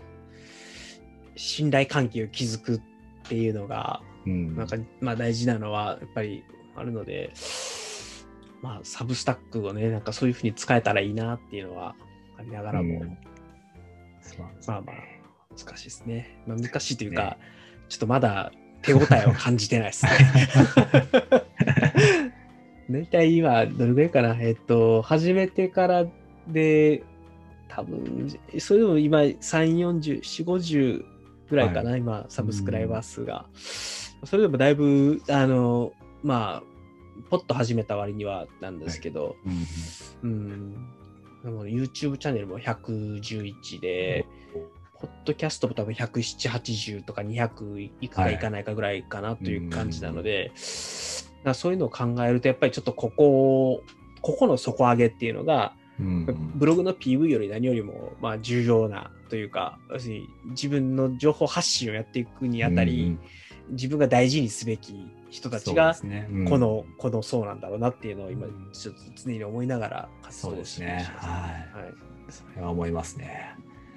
信頼関係を築くっていうのが、なんか、大事なのはやっぱりあるので、サブスタックをね、なんかそういうふうに使えたらいいなっていうのはありながらも、難しいですね。難しいというか、ちょっとまだ手応えを感じてないですね。大体今、どれぐらいかな、始めてからで、多分、それでも今、3、40、4、50ぐらいかな、今、サブスクライバー数が。それでもだいぶ、ポッと始めた割にはなんですけど、でも YouTube チャンネルも111で、ポッドキャストも多分170、80とか200いくかいかないかぐらいかなという感じなので、そういうのを考えると、やっぱりちょっとここの底上げっていうのが、ブログの PV より何よりも重要なというか、要するに自分の情報発信をやっていくにあたり、自分が大事にすべき人たちがこの層なんだろうなっていうのを今ちょっと常に思いながら活動しています。 それは思いますね。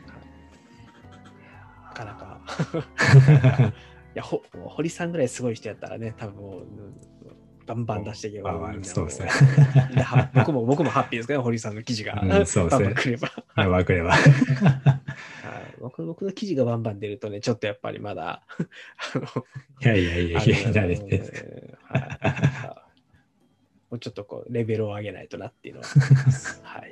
なかなかいや堀さんぐらいすごい人やったらね、多分もうバンバン出していけばいいんだろう。僕もハッピーですけど、堀さんの記事がバンバン来れば。僕の記事がバンバン出るとね、ちょっとやっぱりまだいや、 もうちょっとこうレベルを上げないとなっていうのははい。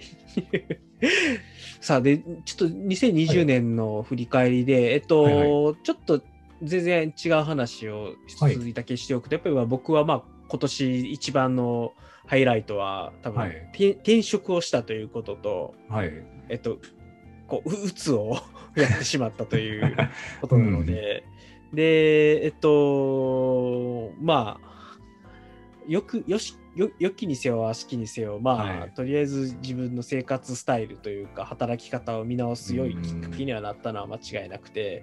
さあでちょっと2020年の振り返りで、ちょっと全然違う話を続いたけしておくと、やっぱり僕は今年一番のハイライトは多分、転職をしたということと、こううつをやってしまったということなので、でまあよきにせよ悪しきにせよ、とりあえず自分の生活スタイルというか働き方を見直す良いきっかけにはなったのは間違いなくて、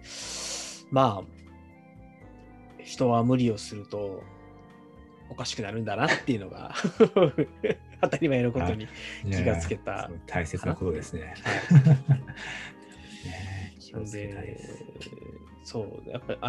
人は無理をするとおかしくなるんだなっていうのが当たり前のことに気がつけた。 大切なことですね。 気をつけたいです。そうやっぱり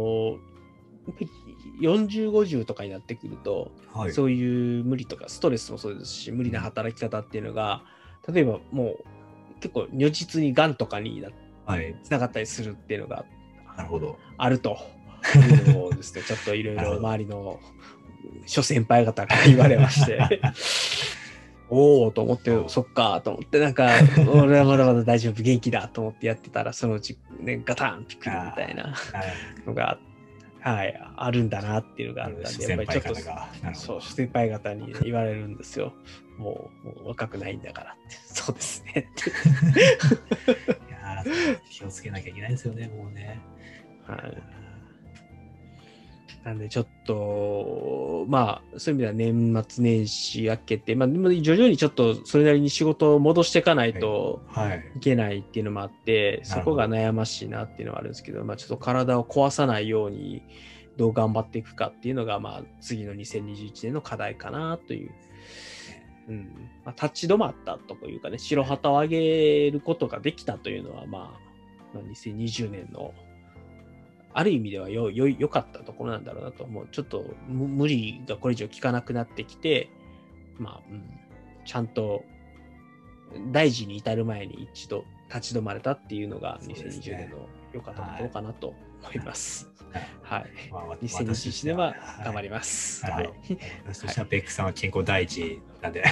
40、50とかになってくると、そういう無理とかストレスもそうですし、無理な働き方っていうのが、例えばもう結構如実にがんとかにつながったりするっていうのがあるというのをですね、ちょっといろいろ周りの諸先輩方から言われましておおと思って、そっかと思って、なんか俺はまだまだ大丈夫元気だと思ってやってたら、そのうちねガタンってくるみたいなのがあるんだなっていうのがあったんで、やっぱりちょっとそう先輩方に言われるんですよ。もう若くないんだからって。そうですねって。 いや気をつけなきゃいけないですよね、もうね。 なんでちょっとそういう意味では年末年始明けて、でも徐々にちょっとそれなりに仕事を戻していかないといけないっていうのもあって、そこが悩ましいなっていうのはあるんですけど、ちょっと体を壊さないようにどう頑張っていくかっていうのが次の2021年の課題かなという。立ち止まったというかね、白旗を上げることができたというのは2020年のある意味では良かったところなんだろうなと思う。ちょっと無理がこれ以上効かなくなってきて、ちゃんと大事に至る前に一度立ち止まれたっていうのが2020年の良かったところかなと思います。2021年は頑張ります。 そしたらベックさんは健康第一なんで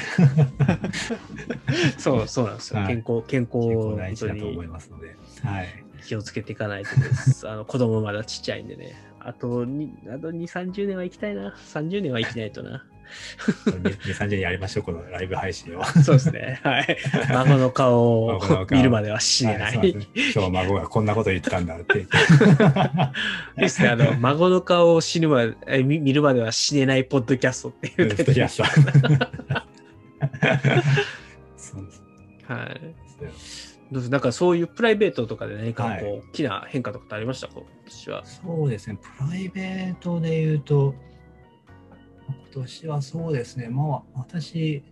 そうなんですよ。健康第一だと思いますので。 気をつけていかないとです。子供まだちっちゃいんでね。あと2、30年は生きたいな。30年は生きないとな。 2、30年やりましょう、このライブ配信を。 そうですね。孫の顔を見るまでは死ねない。 今日孫がこんなこと言ったんだって。 ですね。孫の顔を見るまでは死ねないポッドキャストっていうタイトルでした。そうです。なんかそういうプライベートとかで何か大きな変化とかってありましたか、今年は。 そうですね、プライベートで言うと、今年はそうですね、私、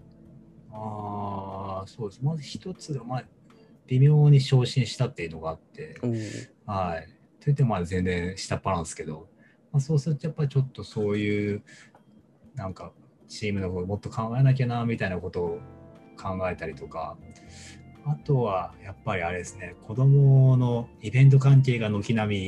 そうです、まず一つが、微妙に昇進したっていうのがあって、といっても全然下っ端なんですけど、そうするとやっぱりちょっとそういう、なんかチームのことをもっと考えなきゃな、みたいなことを考えたりとか、あとはやっぱりあれですね、子供のイベント関係が軒並み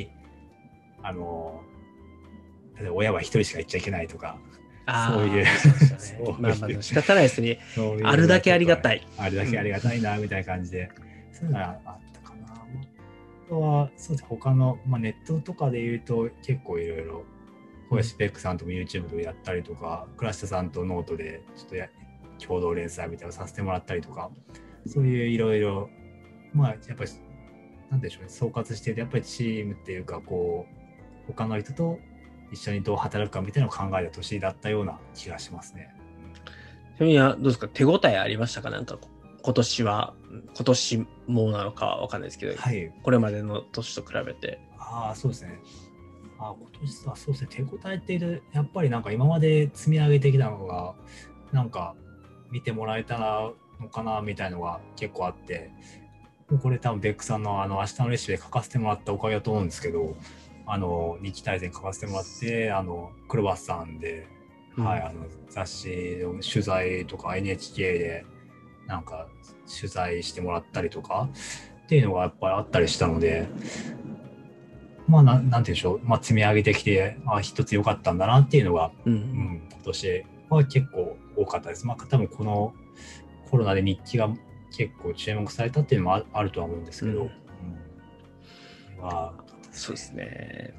例えば親は一人しか行っちゃいけないとか、そういう仕方ないですね。あるだけありがたい。 あるだけありがたいなみたいな感じで、そういうのがあったかな。あとはそうです、他のネットとかで言うと結構いろいろ小林ペックさんとも YouTube でやったりとか、倉下さんとノートでちょっと共同連載みたいなのさせてもらったりとか。そういういろいろ、やっぱり、なんでしょうね、総括してて、やっぱりチームっていうか、他の人と一緒にどう働くかみたいなのを考えた年だったような気がしますね。 ちなみにどうですか、手応えありましたか、なんか今年もなのかは分かんないですけど、これまでの年と比べて。 そうですね。今年はそうですね、手応えっていうと、やっぱりなんか今まで積み上げてきたのが、なんか見てもらえたら、のかなみたいのが結構あって、これ多分ベックさんの明日のレシピで書かせてもらったおかげだと思うんですけど、日記大全書かせてもらってクロバスさんで、雑誌の取材とか NHK でなんか取材してもらったりとかっていうのがやっぱりあったりしたので、なんて言うんでしょう、積み上げてきて一つ良かったんだなっていうのが、今年は結構多かったです。多分このコロナで日記が結構注目されたっていうのもあるとは思うんですけど、 そうですね。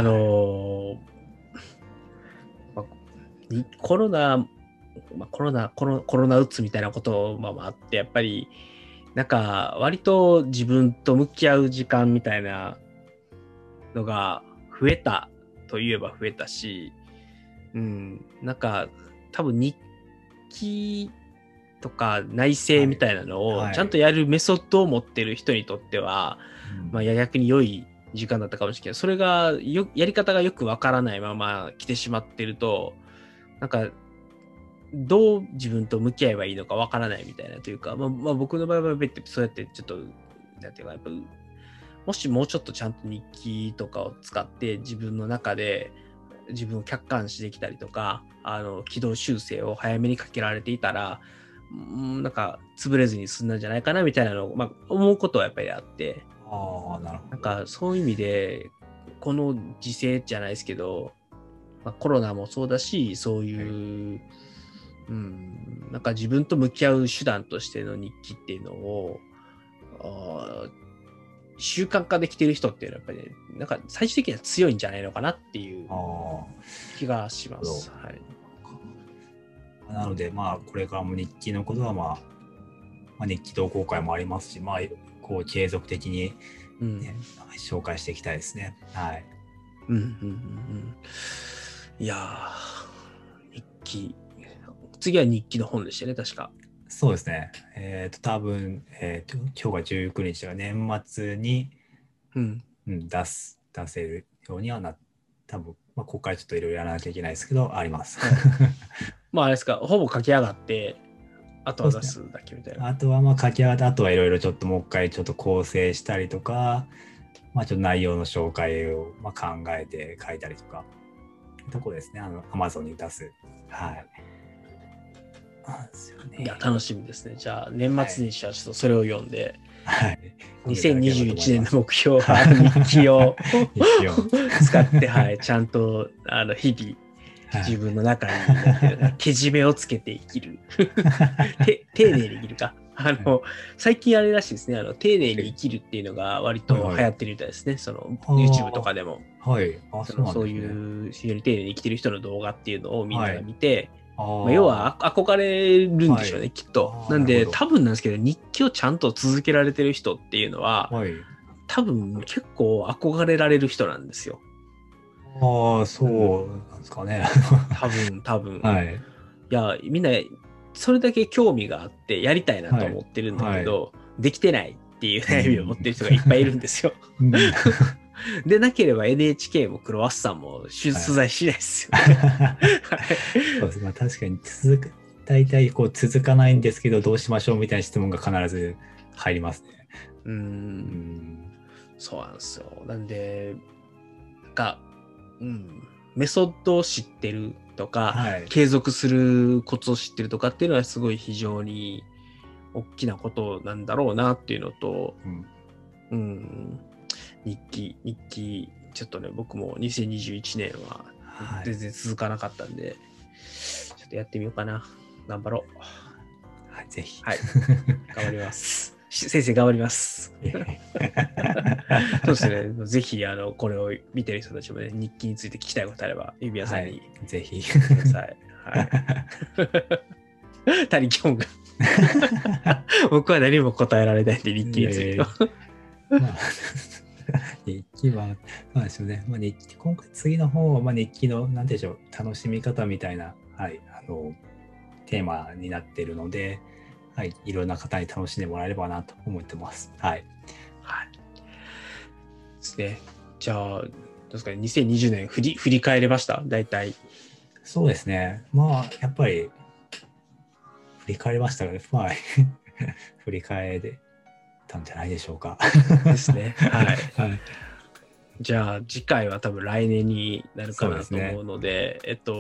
まあコロナ、コロナうつみたいなこともあって、やっぱり、なんか、割と自分と向き合う時間みたいなのが増えたといえば増えたし、なんか、多分日記とか内省みたいなのをちゃんとやるメソッドを持ってる人にとっては、逆に良い時間だったかもしれないけど、それがやり方がよくわからないまま来てしまってると、なんか、どう自分と向き合えばいいのかわからないみたいなというか、僕の場合は別にそうやってちょっと、なんていうか、やっぱもしもうちょっとちゃんと日記とかを使って自分の中で自分を客観視できたりとか、軌道修正を早めにかけられていたら、なんか潰れずに済んだんじゃないかなみたいなのを、思うことはやっぱりあって、なんかそういう意味で、この時勢じゃないですけど、コロナもそうだし、そういう、なんか自分と向き合う手段としての日記っていうのを、習慣化できている人っていうのはやっぱり、なんか最終的には強いんじゃないのかなっていう気がします。はい、 なので、これからも日記のことは、日記同好会もありますし、こう継続的に、紹介していきたいですね。はい。 いやー、日記。次は日記の本でしたね、確か。 そうですね。多分、今日が19日は年末に、出せるようには多分、ここからちょっといろいろやらなきゃいけないですけど、あります。 あれですか、ほぼ書き上がって、あとは出すだけみたいな。 あとは書き上がって、あとはいろいろちょっともう一回ちょっと構成したりとか、ちょっと内容の紹介を考えて書いたりとか、ところですね。Amazon に出す。はい。 いや、楽しみですね。じゃあ、年末にちょっとそれを読んで、2021年の目標は日記を使って、ちゃんと日々、自分の中にけじめをつけて生きる。丁寧に生きるか。最近あれらしいですね。丁寧に生きるっていうのが割と流行ってるみたいですね。その YouTube とかでも。そういう非常に丁寧に生きてる人の動画っていうのをみんなが見て、要は憧れるんでしょうね、きっと。なんで、多分なんですけど、日記をちゃんと続けられてる人っていうのは、多分結構憧れられる人なんですよ。 そうなんですかね。 多分。いや、みんな、それだけ興味があってやりたいなと思ってるんだけど、できてないっていう悩みを持ってる人がいっぱいいるんですよ。でなければ NHK もクロワッサンも取材しないですよね。 そうです。確かに大体続かないんですけどどうしましょうみたいな質問が必ず入りますね。 そうなんですよ。なんで、メソッドを知ってるとか、継続するコツを知ってるとかっていうのはすごい非常に大きなことなんだろうなっていうのと、日記、ちょっとね、僕も2021年は全然続かなかったんで、ちょっとやってみようかな。頑張ろう。ぜひ。 頑張ります。先生、頑張ります。そうですね。ぜひ、これを見てる人たちもね、日記について聞きたいことあれば、指輪さんに、 ぜひ。 ください。他力本願。僕は何も答えられないんで、日記については。 日記は、そうですよね。今回、次の方は、日記の、なんでしょう、楽しみ方みたいな、テーマになっているので、いろんな方に楽しんでもらえればなと思ってます。 ですね。じゃあ、どうですかね、2020年振り返れました大体。 そうですね。やっぱり、振り返りましたが、振り返れたんじゃないでしょうか。 ですね。じゃあ次回は多分来年になるかなと思うので、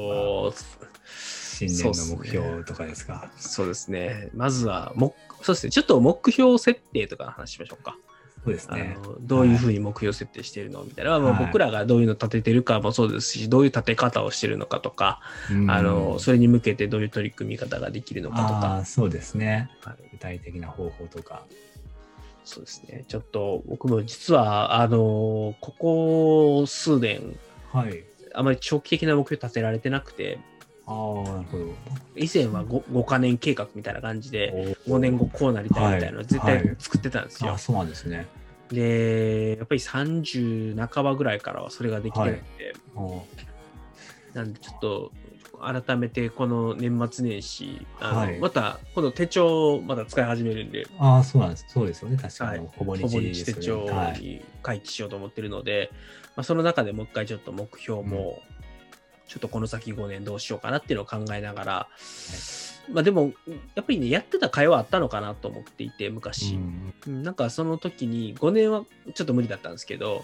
新年の目標とかですか。 そうですね。まずはそうですね。ちょっと目標設定とかの話しましょうか。 そうですね。 どういうふうに目標設定しているのみたいな、僕らがどういうの立ててるかもそうですし、どういう立て方をしているのかとか、それに向けてどういう取り組み方ができるのかとか。 そうですね。具体的な方法とか。 そうですね。ちょっと僕も実は、ここ数年、 はい。 あまり長期的な目標立てられてなくて、 ああ、なるほど。 以前は 5カ年計画みたいな感じで、5年後こうなりたいみたいなのを絶はい対作ってたんですよ。 あ、そうなんですね。 で、やっぱり30半ばぐらいからはそれができてなくて、なんでちょっと改めてこの年末年始、またこの手帳をまた使い始めるんで、 ああ、そうなんです。そうですよね。確かに、ほぼほぼ日です日手よね。 帳に回帰しようと思ってるので、その中でもう一回ちょっと目標も、ちょっとこの先5年どうしようかなっていうのを考えながら、でも、やっぱりね、やってた会話あったのかなと思っていて、昔。なんかその時に5年はちょっと無理だったんですけど、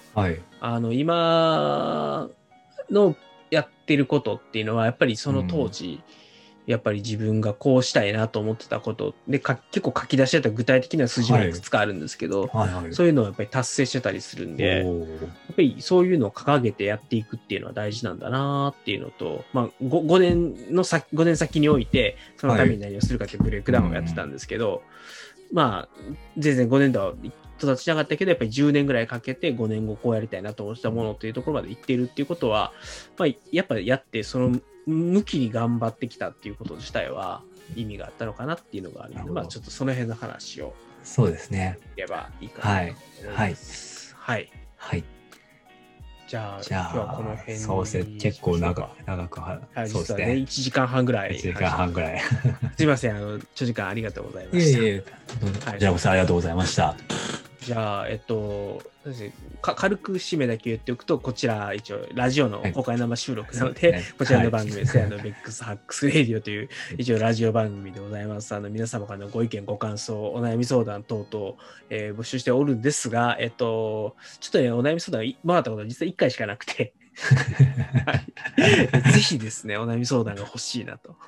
今のやってることっていうのは、やっぱりその当時、やっぱり自分がこうしたいなと思ってたことで、結構書き出してた具体的な数字がいくつかあるんですけど、そういうのをやっぱり達成してたりするんで、やっぱりそういうのを掲げてやっていくっていうのは大事なんだなっていうのと、5年先において、そのために何をするかっていうブレイクダウンをやってたんですけど、全然5年とは育ちなかったけど、やっぱり10年ぐらいかけて5年後こうやりたいなと思ってたものというところまで行っているっていうことは、やっぱりやって、その向きに頑張ってきたっていうこと自体は意味があったのかなっていうのがあるので、ちょっとその辺の話をそうですね。 言えばいいかなと思います。はい。じゃあ今日はこの辺に。 そうですね。結構長く、 そうですね。1時間半ぐらい。 1時間半ぐらい。 すいません。長時間ありがとうございました。 こちらこそありがとうございました。 じゃあ、軽く締めだけ言っておくと、こちら、一応、ラジオの公開生収録なので、こちらの番組、ベックスハックスレディオという、一応、ラジオ番組でございます。皆様からのご意見、ご感想、お悩み相談等々、募集しておるんですが、ちょっとね、お悩み相談もらったことは実は1回しかなくて、ぜひですね、お悩み相談が欲しいなと。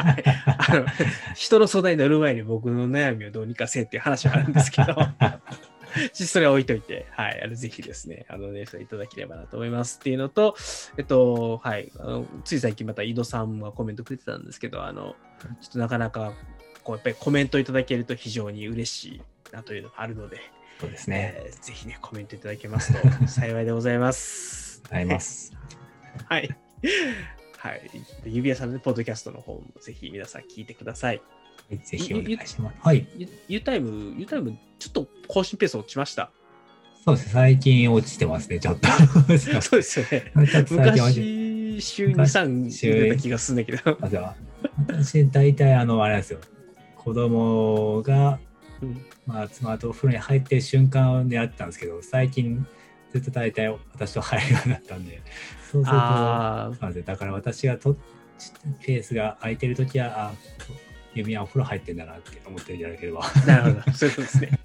人の相談に乗る前に僕の悩みをどうにかせえっていう話はあるんですけど、それは置いといて、ぜひですね、それいただければなと思いますっていうのと、つい最近また井戸さんがコメントくれてたんですけど、ちょっとなかなか、やっぱりコメントいただけると非常に嬉しいなというのがあるので、 そうですね。 ぜひね、コメントいただけますと幸いでございます。 あります。 はい。指輪さんのポッドキャストの方もぜひ皆さん聞いてください。 ぜひお願いします。 ユータイム、ちょっと更新ペース落ちました。 そうですね。最近落ちてますね、ちょっと。 そうですよね。昔、週2、3出た気がするんだけど。 私、大体、あれなんですよ。子供が、妻とお風呂に入ってる瞬間を狙ってたんですけど、最近、ずっと大体私と入るようになったんで、そうすると、だから私がペースが空いてるときは、指輪お風呂入ってんだなって思っていただければ。 なるほど、そういうことですね。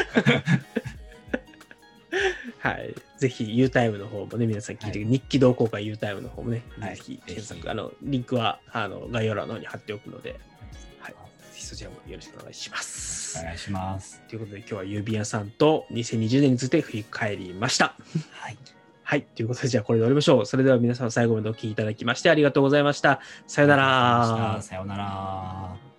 ぜひ U タイムの方もね、皆さん聞いて、日記同好会 U タイムの方もね、ぜひ検索、リンクは概要欄の方に貼っておくので、ぜひそちらもよろしくお願いします。 お願いします。 ということで、今日は指輪さんと2020年について振り返りました。ということで、じゃあこれで終わりましょう。それでは皆さん最後までお聞きいただきましてありがとうございました。さよなら。 さよなら。